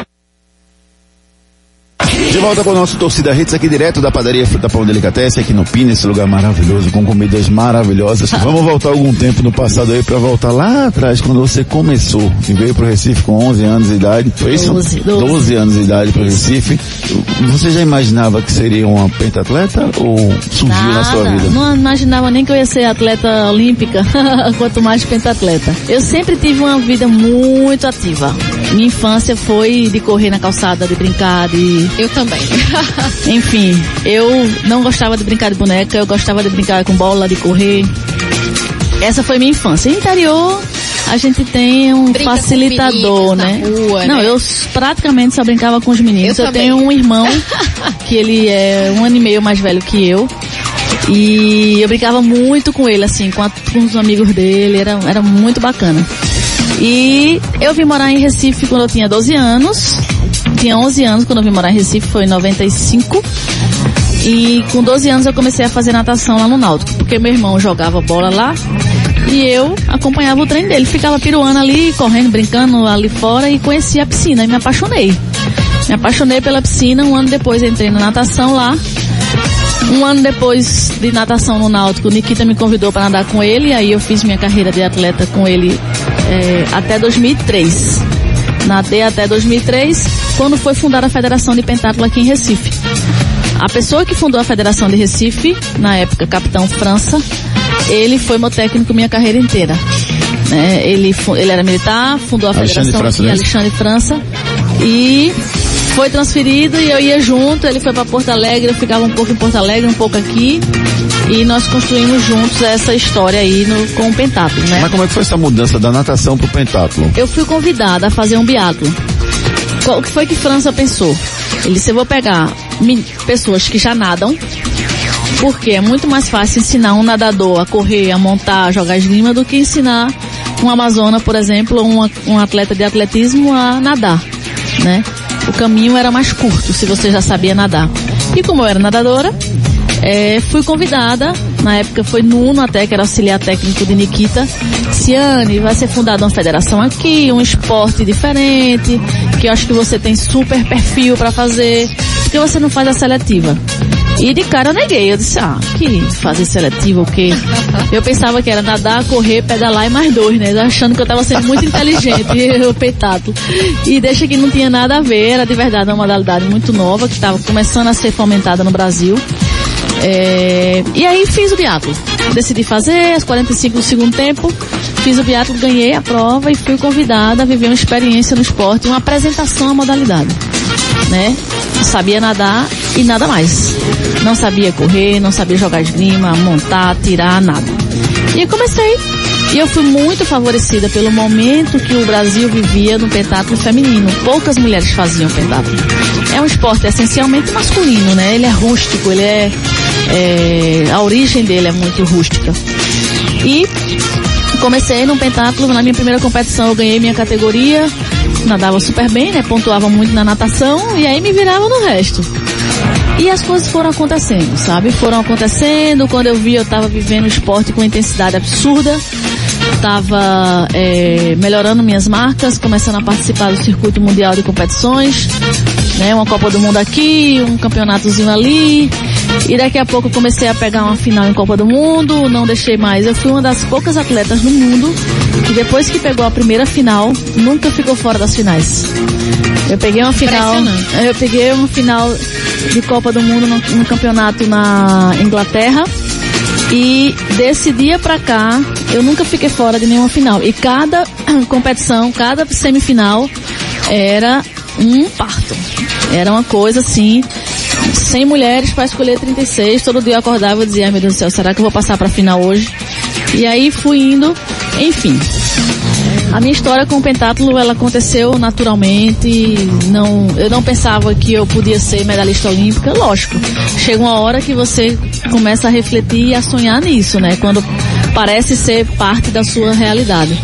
De volta com o nosso Torcida Hits aqui direto da padaria Fruta Pão Delicatessen, aqui no Pina, esse lugar maravilhoso, com comidas maravilhosas. Vamos voltar algum tempo no passado aí pra voltar lá atrás, quando você começou e veio pro Recife com onze anos de idade. Foi isso? doze, doze. doze anos de idade pro Recife. Você já imaginava que seria uma pentatleta ou surgiu Nada, na sua vida? Não imaginava nem que eu ia ser atleta olímpica, quanto mais pentatleta. Eu sempre tive uma vida muito ativa. Minha infância foi de correr na calçada, de brincar, de... Eu também. Enfim, eu não gostava de brincar de boneca, eu gostava de brincar com bola, de correr. Essa foi minha infância. Em interior, a gente tem um Brinca facilitador, né? Rua, não, né? Eu praticamente só brincava com os meninos. Eu, eu tenho um irmão que ele é um ano e meio mais velho que eu. E eu brincava muito com ele, assim, com, a, com os amigos dele, era, era muito bacana. E eu vim morar em Recife quando eu tinha doze anos. Tinha onze anos quando eu vim morar em Recife, foi em noventa e cinco. E com doze anos eu comecei a fazer natação lá no Náutico, porque meu irmão jogava bola lá e eu acompanhava o treino dele. Ficava piruando ali, correndo, brincando ali fora e conheci a piscina e me apaixonei. Me apaixonei pela piscina, um ano depois entrei na natação lá. Um ano depois de natação no Náutico, o Nikita me convidou para nadar com ele, e aí eu fiz minha carreira de atleta com ele é, até dois mil e três. Nadei até dois mil e três, quando foi fundada a Federação de Pentatlo aqui em Recife. A pessoa que fundou a Federação de Recife, na época, Capitão França, ele foi meu técnico minha carreira inteira. Né? Ele, ele era militar, fundou a Alexandre Federação França, de né? Alexandre França e foi transferido e eu ia junto. Ele foi para Porto Alegre, eu ficava um pouco em Porto Alegre, um pouco aqui, e nós construímos juntos essa história aí no, com o pentatlo, né? Mas como é que foi essa mudança da natação pro pentatlo? Eu fui convidada a fazer um biatlo. O que foi que França pensou? Ele disse, eu vou pegar pessoas que já nadam, porque é muito mais fácil ensinar um nadador a correr, a montar, a jogar esgrima, do que ensinar um amazona, por exemplo, ou uma, um atleta de atletismo a nadar, né? O caminho era mais curto, se você já sabia nadar. E como eu era nadadora, é, fui convidada, na época foi Nuno até, que era auxiliar técnico de Nikita. Ciane, vai ser fundada uma federação aqui, um esporte diferente, que eu acho que você tem super perfil para fazer, porque você não faz a seletiva. E de cara eu neguei, eu disse, ah, que fazer seletiva o quê? Eu pensava que era nadar, correr, pedalar e mais dois, né? Achando que eu tava sendo muito inteligente, o pentatlo. E deixa que não tinha nada a ver, era de verdade uma modalidade muito nova, que estava começando a ser fomentada no Brasil. É... E aí fiz o biatlo. Decidi fazer, aos quarenta e cinco do segundo tempo, fiz o biatlo, ganhei a prova e fui convidada a viver uma experiência no esporte, uma apresentação à modalidade, né? Sabia nadar e nada mais. Não sabia correr, não sabia jogar esgrima, montar, tirar, nada. E eu comecei. E eu fui muito favorecida pelo momento que o Brasil vivia no pentatlo feminino. Poucas mulheres faziam pentatlo. É um esporte essencialmente masculino, né? Ele é rústico, ele é, é a origem dele é muito rústica. E comecei no pentatlo, na minha primeira competição eu ganhei minha categoria, nadava super bem, né? Pontuava muito na natação e aí me virava no resto. E as coisas foram acontecendo, sabe? Foram acontecendo, quando eu vi eu tava vivendo o esporte com intensidade absurda, tava é, melhorando minhas marcas, começando a participar do circuito mundial de competições, né? Uma Copa do Mundo aqui, um campeonatozinho ali, e daqui a pouco eu comecei a pegar uma final em Copa do Mundo, não deixei mais. Eu fui uma das poucas atletas no mundo que depois que pegou a primeira final, nunca ficou fora das finais. Eu peguei uma final, eu peguei uma final de Copa do Mundo no, no campeonato na Inglaterra, e desse dia pra cá eu nunca fiquei fora de nenhuma final, e cada competição, cada semifinal era um parto, era uma coisa assim, cem mulheres para escolher trinta e seis, todo dia eu acordava e dizia, ai meu Deus do céu, será que eu vou passar pra final hoje? E aí fui indo, enfim. A minha história com o pentatlo, ela aconteceu naturalmente, não, eu não pensava que eu podia ser medalhista olímpica, lógico. Chega uma hora que você começa a refletir e a sonhar nisso, né? Quando parece ser parte da sua realidade.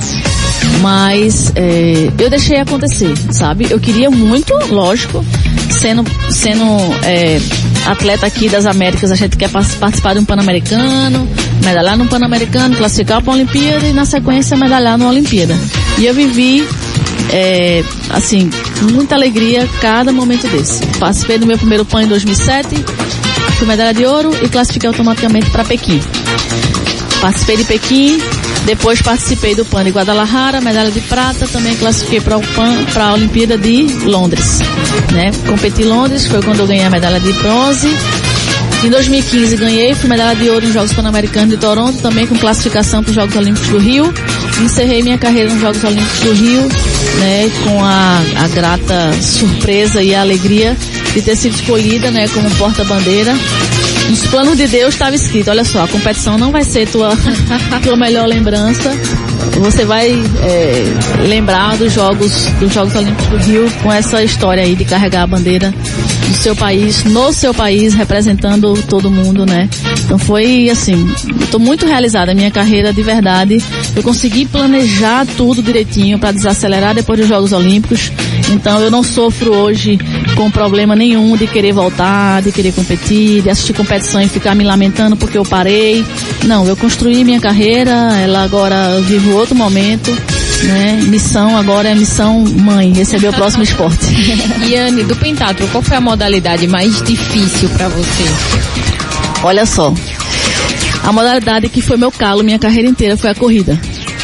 Mas é, eu deixei acontecer, sabe? Eu queria muito, lógico, sendo, sendo é, atleta aqui das Américas, a gente quer participar de um Pan-Americano, medalhar no Pan-Americano, classificar para a Olimpíada e na sequência medalhar na Olimpíada. E eu vivi, é, assim, com muita alegria cada momento desse. Participei do meu primeiro Pan em dois mil e sete, fui medalha de ouro e classifiquei automaticamente para Pequim. Participei de Pequim, depois participei do Pan de Guadalajara, medalha de prata, também classifiquei para o Pan, para a Olimpíada de Londres, né? Competi em Londres, foi quando eu ganhei a medalha de bronze. Em dois mil e quinze ganhei, fui medalha de ouro nos Jogos Pan-Americanos de Toronto, também com classificação para os Jogos Olímpicos do Rio. Encerrei minha carreira nos Jogos Olímpicos do Rio, né, com a, a grata surpresa e a alegria de ter sido escolhida, né, como porta-bandeira. Nos planos de Deus estava escrito, olha só, a competição não vai ser tua, tua melhor lembrança, você vai é, lembrar dos Jogos, dos Jogos Olímpicos do Rio com essa história aí de carregar a bandeira do seu país, no seu país, representando todo mundo, né? Então foi assim, eu tô muito realizada, a minha carreira de verdade, eu consegui planejar tudo direitinho para desacelerar depois dos Jogos Olímpicos, então eu não sofro hoje com problema nenhum de querer voltar, de querer competir, de assistir competição e ficar me lamentando porque eu parei. Não, eu construí minha carreira, ela agora vive outro momento, né? Missão agora é missão mãe, receber o próximo esporte. Iane, do pentatlo, qual foi a modalidade mais difícil para você? Olha só, a modalidade que foi meu calo minha carreira inteira foi a corrida.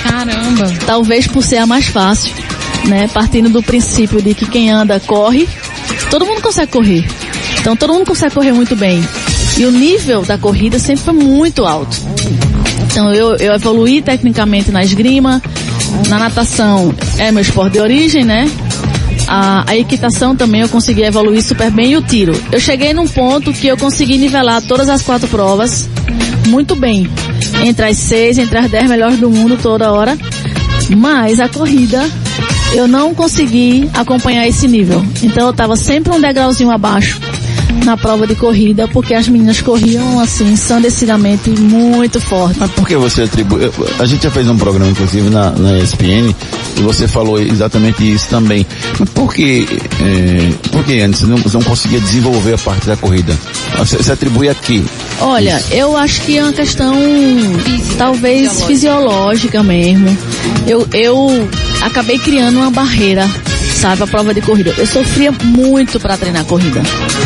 Caramba! Talvez por ser a mais fácil, né? Partindo do princípio de que quem anda corre, todo mundo consegue correr. Então todo mundo consegue correr muito bem. E o nível da corrida sempre foi muito alto. Então eu, eu evoluí tecnicamente na esgrima, na natação é meu esporte de origem, né? A, a equitação também eu consegui evoluir super bem e o tiro. Eu cheguei num ponto que eu consegui nivelar todas as quatro provas muito bem. Entre as seis, entre as dez melhores do mundo toda hora. Mas a corrida eu não consegui acompanhar esse nível. Então eu estava sempre um degrauzinho abaixo na prova de corrida, porque as meninas corriam assim, ensandecidamente, muito forte. Mas por que você atribui? A gente já fez um programa, inclusive, na, na E S P N, e você falou exatamente isso também. Mas por que, é, por que antes não, não conseguia desenvolver a parte da corrida? Você, você atribui a quê? Olha, isso? Eu acho que é uma questão, Física, talvez, fisiológica mesmo. Eu, eu acabei criando uma barreira, sabe, a prova de corrida. Eu sofria muito para treinar corrida.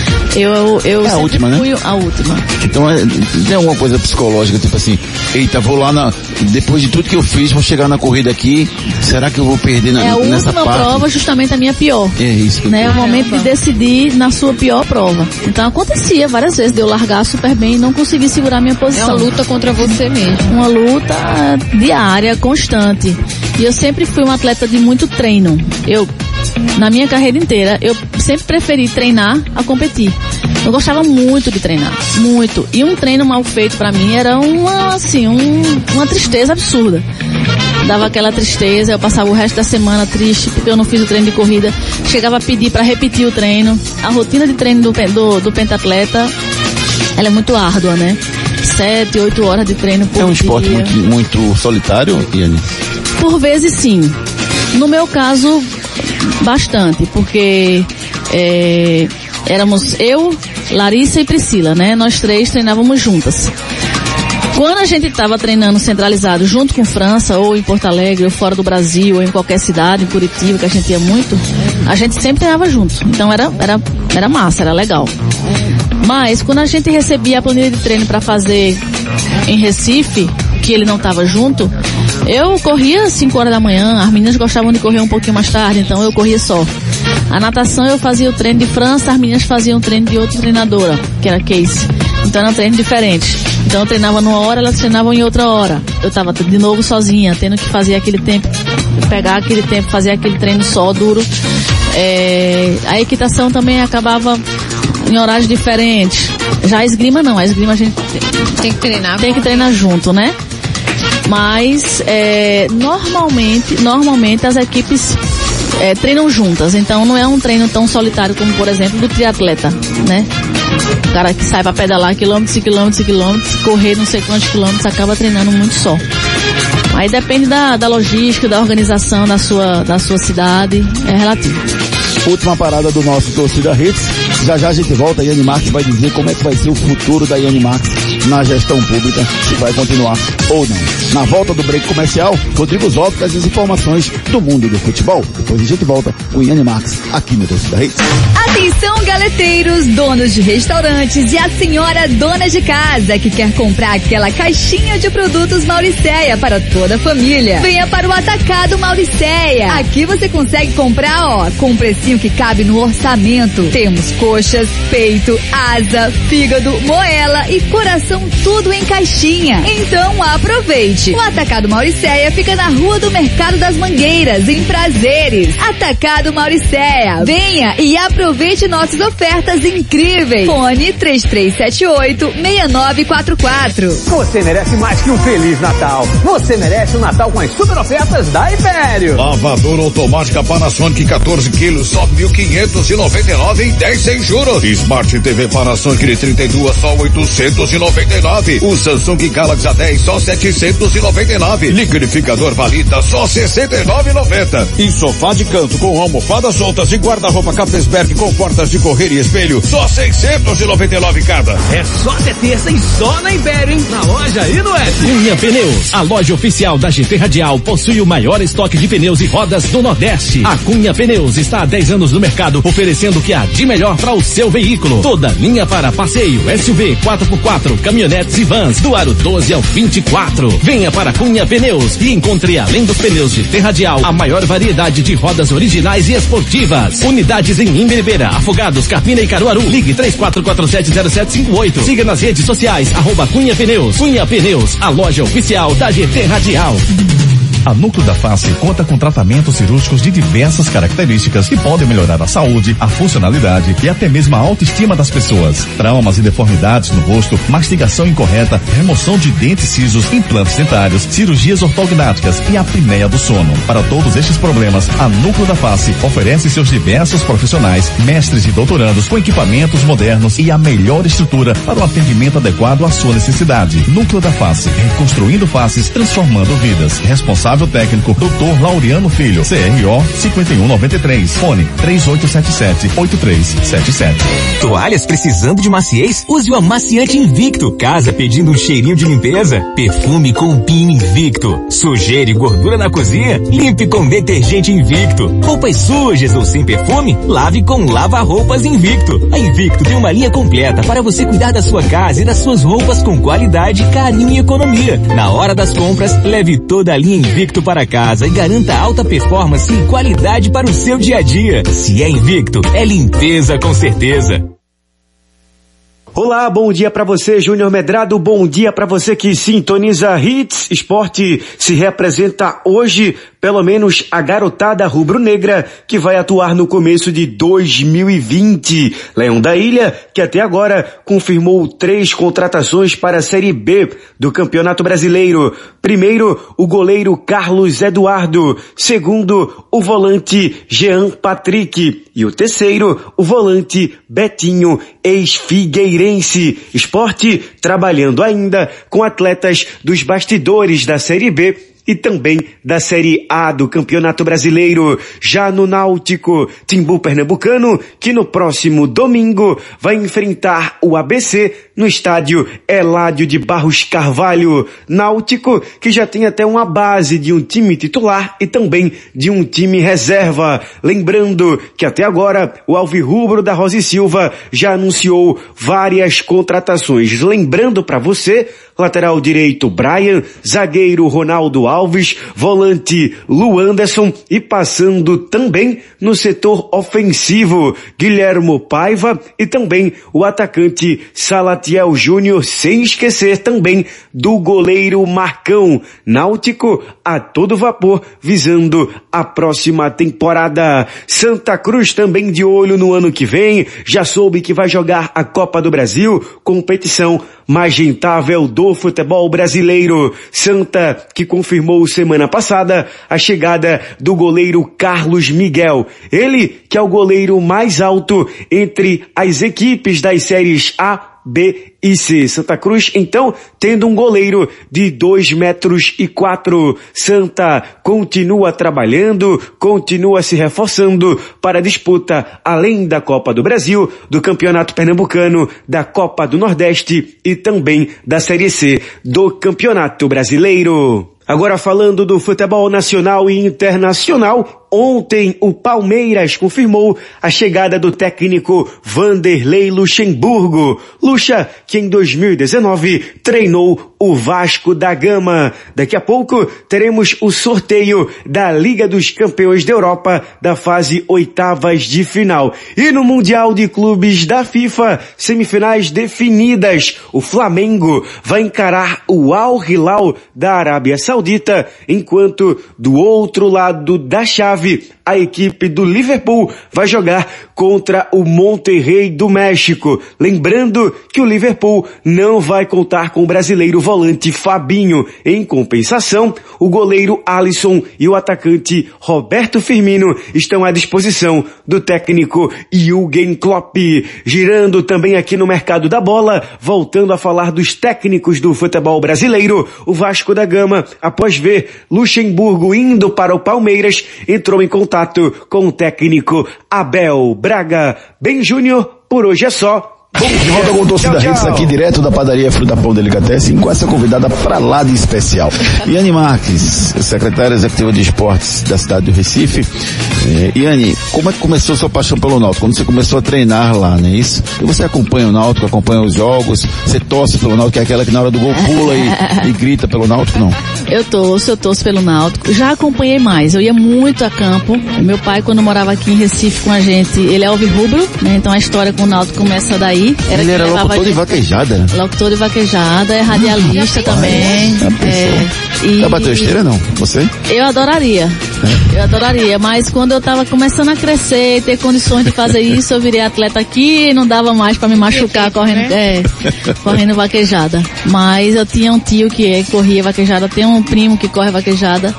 Eu, eu é a última, fui né? a última. Então é, tem alguma coisa psicológica, tipo assim, eita, vou lá na, depois de tudo que eu fiz, vou chegar na corrida aqui, será que eu vou perder na, é a nessa última parte? prova, justamente a minha pior. É isso que eu né? É o momento Caramba. de decidir na sua pior prova. Então acontecia várias vezes de eu largar super bem e não conseguir segurar minha É posição. uma luta contra você mesmo. Uma luta diária, constante. E eu sempre fui uma atleta de muito treino. Eu, na minha carreira inteira, eu sempre preferi treinar a competir. Eu gostava muito de treinar, muito. E um treino mal feito pra mim era uma, assim, um, uma tristeza absurda. Dava aquela tristeza, eu passava o resto da semana triste porque eu não fiz o treino de corrida. Chegava a pedir pra repetir o treino. A rotina de treino do, do, do pentatleta, ela é muito árdua, né? Sete, oito horas de treino por dia. É um esporte muito, muito solitário, Iane? Por vezes sim. No meu caso, bastante, porque é, éramos eu, Larissa e Priscila, né? Nós três treinávamos juntas. Quando a gente estava treinando centralizado junto com França, ou em Porto Alegre, ou fora do Brasil, ou em qualquer cidade, em Curitiba, que a gente ia muito, a gente sempre treinava junto. Então era, era, era massa, era legal. Mas quando a gente recebia a planilha de treino para fazer em Recife, que ele não estava junto, eu corria às cinco horas da manhã, as meninas gostavam de correr um pouquinho mais tarde, então eu corria só. A natação eu fazia o treino de França, as meninas faziam o treino de outra treinadora, que era Casey. Então era um treino diferente. Então eu treinava numa hora, elas treinavam em outra hora. Eu estava de novo sozinha, tendo que fazer aquele tempo, pegar aquele tempo, fazer aquele treino só, duro. É, a equitação também acabava em horários diferentes. Já a esgrima não, a esgrima a gente tem que treinar, tem que treinar junto, né? Mas é, normalmente, normalmente as equipes é, treinam juntas, então não é um treino tão solitário como, por exemplo, do triatleta, né? O cara que sai pra pedalar quilômetros e quilômetros e quilômetros, correr não sei quantos quilômetros, acaba treinando muito só. Aí depende da, da logística, da organização da sua, da sua cidade, é relativo. Última parada do nosso Torcida Hits. Já já a gente volta, a Iane Marques vai dizer como é que vai ser o futuro da Iane Marques na gestão pública, se vai continuar ou não. Na volta do break comercial, Rodrigo Zoff traz as informações do mundo do futebol. Depois a gente volta com Iane Marques aqui no Torcida Hits. Atenção, galeteiros, donos de restaurantes e a senhora dona de casa que quer comprar aquela caixinha de produtos Mauricéia para toda a família. Venha para o Atacado Mauricéia. Aqui você consegue comprar, ó, com um precinho que cabe no orçamento. Temos coxas, peito, asa, fígado, moela e coração, tudo em caixinha. Então aproveite. O Atacado Mauricéia fica na Rua do Mercado das Mangueiras, em Prazeres. Atacado Mauricéia. Venha e aproveite nossas ofertas incríveis. Fone três três sete oito, seis nove quatro quatro. Você merece mais que um Feliz Natal. Você merece um Natal com as super ofertas da Império. Lavadora automática Panasonic quatorze quilos, só mil quinhentos e noventa e nove em dez sem juros. Smart T V Panasonic de trinta e dois, só oitocentos e noventa e nove. O Samsung Galaxy A dez, só setecentos e noventa e nove. Liquidificador Valita, só sessenta e nove reais e noventa centavos. E sofá de canto com almofadas soltas e guarda-roupa Capesberg com portas de correr e espelho, só seiscentos e noventa e nove cada. É só até terça e só na Império, hein? Na loja e no app. Cunha Pneus, a loja oficial da G T Radial, possui o maior estoque de pneus e rodas do Nordeste. A Cunha Pneus está há dez dez anos no mercado, oferecendo o que há de melhor para o seu veículo. Toda linha para passeio, S U V, quatro por quatro, caminhonetes e vans, do aro doze ao vinte e quatro. Venha para Cunha Pneus e encontre, além dos pneus de T-Radial, a maior variedade de rodas originais e esportivas. Unidades em Imbiribeira, Afogados, Carpina e Caruaru. Ligue três quatro quatro sete zero sete cinco oito. Siga nas redes sociais, arroba Cunha Pneus. Cunha Pneus, a loja oficial da G T Radial. A Núcleo da Face conta com tratamentos cirúrgicos de diversas características que podem melhorar a saúde, a funcionalidade e até mesmo a autoestima das pessoas. Traumas e deformidades no rosto, mastigação incorreta, remoção de dentes cisos, implantes dentários, cirurgias ortognáticas e apneia do sono. Para todos estes problemas, a Núcleo da Face oferece seus diversos profissionais, mestres e doutorandos com equipamentos modernos e a melhor estrutura para o atendimento adequado à sua necessidade. Núcleo da Face, reconstruindo faces, transformando vidas. Responsável técnico, doutor Laureano Filho, C R O cinco um nove três, fone três oito sete sete, oito três sete sete. Toalhas precisando de maciez? Use o amaciante Invicto. Casa pedindo um cheirinho de limpeza? Perfume com Pino Invicto. Sujeira e gordura na cozinha? Limpe com detergente Invicto. Roupas sujas ou sem perfume? Lave com lava-roupas Invicto. A Invicto tem uma linha completa para você cuidar da sua casa e das suas roupas com qualidade, carinho e economia. Na hora das compras, leve toda a linha Invicto para casa e garanta alta performance e qualidade para o seu dia a dia. Se é Invicto, é limpeza com certeza. Olá, bom dia pra você, Júnior Medrado, bom dia pra você que sintoniza Hits. Esporte se representa hoje, pelo menos a garotada rubro-negra que vai atuar no começo de dois mil e vinte. Leão da Ilha, que até agora confirmou três contratações para a Série B do Campeonato Brasileiro. Primeiro, o goleiro Carlos Eduardo. Segundo, o volante Jean Patrick. E o terceiro, o volante Betinho, ex-figueirense. Esporte trabalhando ainda com atletas dos bastidores da Série B e também da Série A do Campeonato Brasileiro. Já no Náutico, Timbu Pernambucano, que no próximo domingo vai enfrentar o A B C no estádio Eládio de Barros Carvalho. Náutico, que já tem até uma base de um time titular e também de um time reserva. Lembrando que até agora o alvirrubro da Rosa e Silva já anunciou várias contratações. Lembrando para você, lateral direito Brian, zagueiro Ronaldo Alves, volante Lu Anderson e passando também no setor ofensivo Guilhermo Paiva e também o atacante Salatiel Júnior, sem esquecer também do goleiro Marcão. Náutico a todo vapor visando a próxima temporada. Santa Cruz também de olho no ano que vem, já soube que vai jogar a Copa do Brasil, competição mais rentável do futebol brasileiro. Santa, que confirmou semana passada a chegada do goleiro Carlos Miguel. Ele, que é o goleiro mais alto entre as equipes das séries A, B e C. Santa Cruz, então, tendo um goleiro de dois metros e quatro. Santa continua trabalhando, continua se reforçando para a disputa, além da Copa do Brasil, do Campeonato Pernambucano, da Copa do Nordeste e também da Série C do Campeonato Brasileiro. Agora falando do futebol nacional e internacional, ontem o Palmeiras confirmou a chegada do técnico Vanderlei Luxemburgo. Luxa, que em dois mil e dezenove treinou o Vasco da Gama. Daqui a pouco teremos o sorteio da Liga dos Campeões da Europa da fase oitavas de final. E no Mundial de Clubes da FIFA, semifinais definidas, o Flamengo vai encarar o Al Hilal da Arábia Saudita, enquanto do outro lado da chave, a equipe do Liverpool vai jogar contra o Monterrey do México. Lembrando que o Liverpool não vai contar com o brasileiro volante Fabinho. Em compensação, o goleiro Alisson e o atacante Roberto Firmino estão à disposição do técnico Jürgen Klopp. Girando também aqui no mercado da bola, voltando a falar dos técnicos do futebol brasileiro, o Vasco da Gama, após ver Luxemburgo indo para o Palmeiras, entrou em contato com o técnico Abel Braga. Bem, Júnior, por hoje é só. De volta com o Torcida Hits aqui, direto da padaria Fruta Pão Delicatessen, com essa convidada pra lá de especial. Iane Marques, secretária executiva de esportes da cidade do Recife. É, Iane, como é que começou a sua paixão pelo Náutico? Quando você começou a treinar lá, não é isso? E você acompanha o Náutico, acompanha os jogos, você torce pelo Náutico, que é aquela que na hora do gol pula e, e grita pelo Náutico, não? Eu torço, eu torço pelo Náutico. Já acompanhei mais, eu ia muito a campo. Meu pai, quando morava aqui em Recife com a gente, ele é alvirrubro, né? Então a história com o Náutico começa daí. Era ele era locutor de vaquejada? Locutor de vaquejada, é radialista também. É, e... Já bateu esteira, não? Você? Eu adoraria. É? Eu adoraria, mas quando eu tava começando a crescer e ter condições de fazer isso, eu virei atleta aqui e não dava mais pra me machucar correndo, é, correndo vaquejada. Mas eu tinha um tio que é, corria vaquejada, tem um primo que corre vaquejada.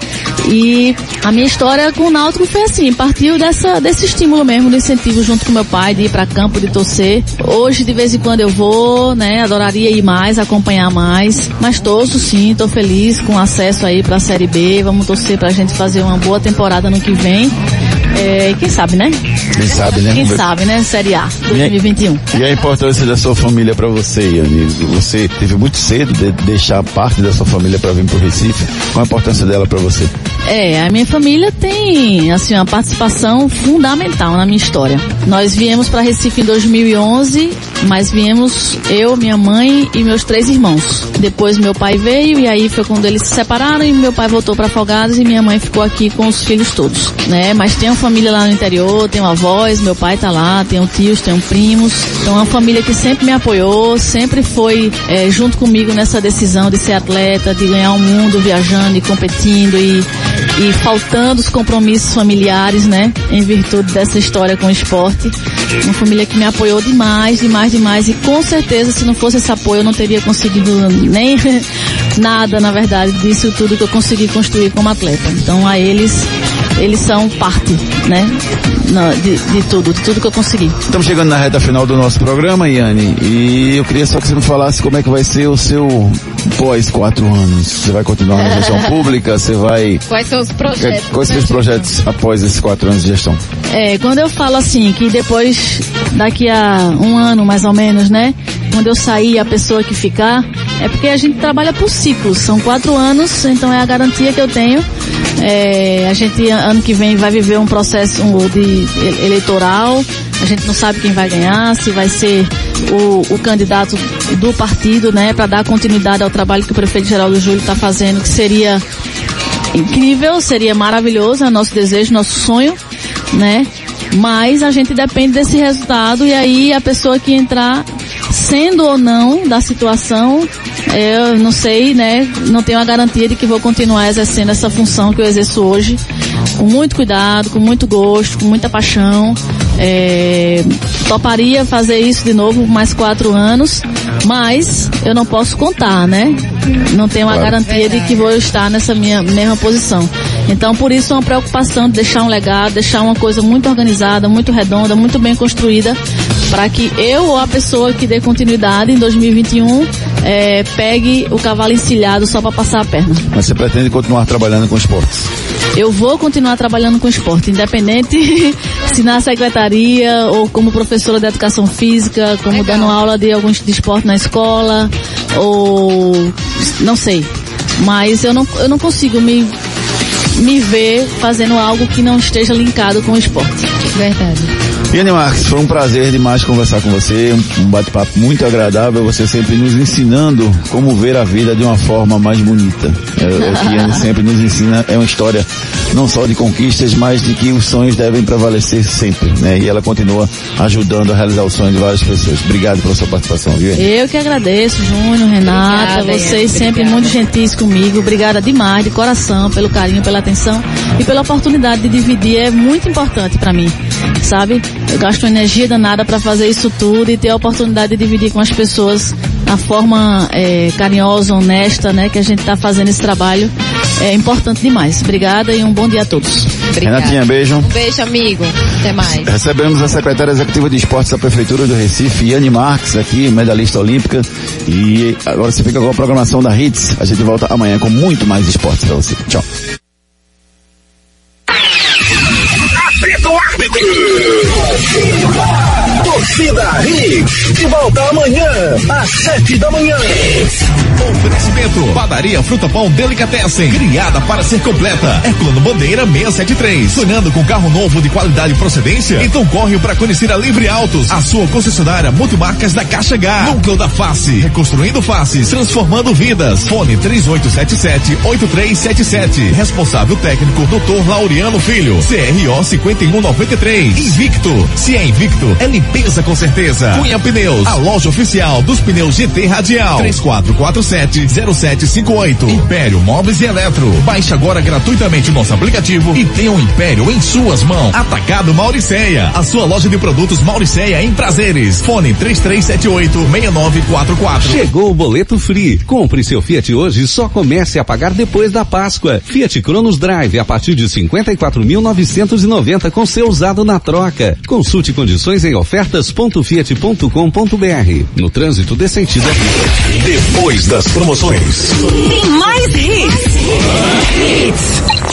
E a minha história com o Náutico foi assim, partiu dessa, desse estímulo mesmo, do incentivo junto com meu pai, de ir pra campo, de torcer. Hoje, de vez em quando eu vou, né, adoraria ir mais, acompanhar mais, mas torço sim, tô feliz com acesso aí pra Série B, vamos torcer pra gente fazer uma boa temporada no que vem. É, quem sabe, né? Quem sabe, né? Quem sabe, né? Série A, dois mil e vinte e um. E a importância da sua família pra você, Iane? Você teve muito cedo de deixar parte da sua família pra vir pro Recife. Qual a importância dela pra você? É, a minha família tem, assim, uma participação fundamental na minha história. Nós viemos para Recife em dois mil e onze, mas viemos eu, minha mãe e meus três irmãos. Depois meu pai veio e aí foi quando eles se separaram e meu pai voltou para Afogados e minha mãe ficou aqui com os filhos todos, né? Mas tem uma família lá no interior, tem uma avós, meu pai tá lá, tem um tios, tem um primos. Então é uma família que sempre me apoiou, sempre foi é, junto comigo nessa decisão de ser atleta, de ganhar o mundo viajando e competindo e e faltando os compromissos familiares, né, em virtude dessa história com o esporte. Uma família que me apoiou demais, demais, demais, e com certeza se não fosse esse apoio eu não teria conseguido nem nada, na verdade, disso tudo que eu consegui construir como atleta. Então a eles, eles são parte, né, de, de tudo, de tudo que eu consegui. Estamos chegando na reta final do nosso programa, Iane, e eu queria só que você me falasse como é que vai ser o seu pós quatro anos. Você vai continuar na gestão pública? Você vai... Quais são os projetos? Quais são os projetos após esses quatro anos de gestão? É, quando eu falo assim, que depois, daqui a um ano mais ou menos, né, quando eu sair, a pessoa que ficar, é porque a gente trabalha por ciclos, são quatro anos, então é a garantia que eu tenho. É, a gente, ano que vem, vai viver um processo um, de eleitoral, a gente não sabe quem vai ganhar, se vai ser o, o candidato do partido, né, para dar continuidade ao trabalho que o prefeito Geraldo Júlio está fazendo, que seria incrível, seria maravilhoso, é nosso desejo, nosso sonho, né, mas a gente depende desse resultado e aí a pessoa que entrar, sendo ou não da situação, eu não sei, né, não tenho a garantia de que vou continuar exercendo essa função que eu exerço hoje, com muito cuidado, com muito gosto, com muita paixão. É, toparia fazer isso de novo por mais quatro anos, mas eu não posso contar, né? Não tenho a garantia de que vou estar nessa minha mesma posição. Então, por isso, é uma preocupação de deixar um legado, deixar uma coisa muito organizada, muito redonda, muito bem construída, para que eu ou a pessoa que dê continuidade em dois mil e vinte e um é, pegue o cavalo encilhado só para passar a perna. Mas você pretende continuar trabalhando com esportes? Eu vou continuar trabalhando com esporte, independente se na secretaria ou como professora de educação física, como Legal. Dando aula de alguns de esporte na escola, ou não sei. Mas eu não, eu não consigo me, me ver fazendo algo que não esteja linkado com o esporte. Verdade. Iane Marques, foi um prazer demais conversar com você, um bate-papo muito agradável, você sempre nos ensinando como ver a vida de uma forma mais bonita. É, é o que Iane sempre nos ensina, é uma história não só de conquistas, mas de que os sonhos devem prevalecer sempre, né? E ela continua ajudando a realizar os sonhos de várias pessoas. Obrigado pela sua participação, viu, Iane? Eu que agradeço, Júnior, Renata, obrigada, vocês Iane, sempre muito gentis comigo. Obrigada demais, de coração, pelo carinho, pela atenção e pela oportunidade de dividir. É muito importante pra mim, sabe? Eu gasto energia danada para fazer isso tudo e ter a oportunidade de dividir com as pessoas a forma é, carinhosa, honesta, né, que a gente está fazendo esse trabalho. É importante demais. Obrigada e um bom dia a todos. Obrigada. Renatinha, beijo. Um beijo, amigo. Até mais. Recebemos a secretária executiva de esportes da Prefeitura do Recife, Iane Marques, aqui, medalhista olímpica. E agora você fica com a programação da Hits. A gente volta amanhã com muito mais esportes para você. Tchau. Torcida Torcida Hits, de volta amanhã, às sete da manhã. Oferecimento, Padaria Fruta Pão Delicatessen, criada para ser completa. É Plano Bandeira seiscentos e setenta e três. Sonhando com carro novo de qualidade e procedência? Então corre para conhecer a Livre Autos, a sua concessionária multimarcas da Caixa H. Núcleo da Face, reconstruindo faces, transformando vidas. Fone três oito sete sete, oito três sete sete. Responsável técnico, doutor Laureano Filho. C R O cinquenta e um noventa e três. Invicto. Se é Invicto, é limpeza com certeza. Cunha Pneus, a loja oficial dos pneus G T Radial. três quatro quatro sete, zero sete cinco oito. Império Móveis e Eletro. Baixe agora gratuitamente o nosso aplicativo e tenha um Império em suas mãos. Atacado Mauriceia, a sua loja de produtos Mauriceia em Prazeres. Fone três três sete oito, seis nove quatro quatro. Chegou o boleto Free. Compre seu Fiat hoje e só comece a pagar depois da Páscoa. Fiat Cronos Drive a partir de cinquenta e quatro mil novecentos e noventa com seu usado na troca. Consulte condições em ofertas ponto fiat ponto com ponto br. No trânsito dê sentido à vida. Depois das promoções, Tem mais hits. Hits.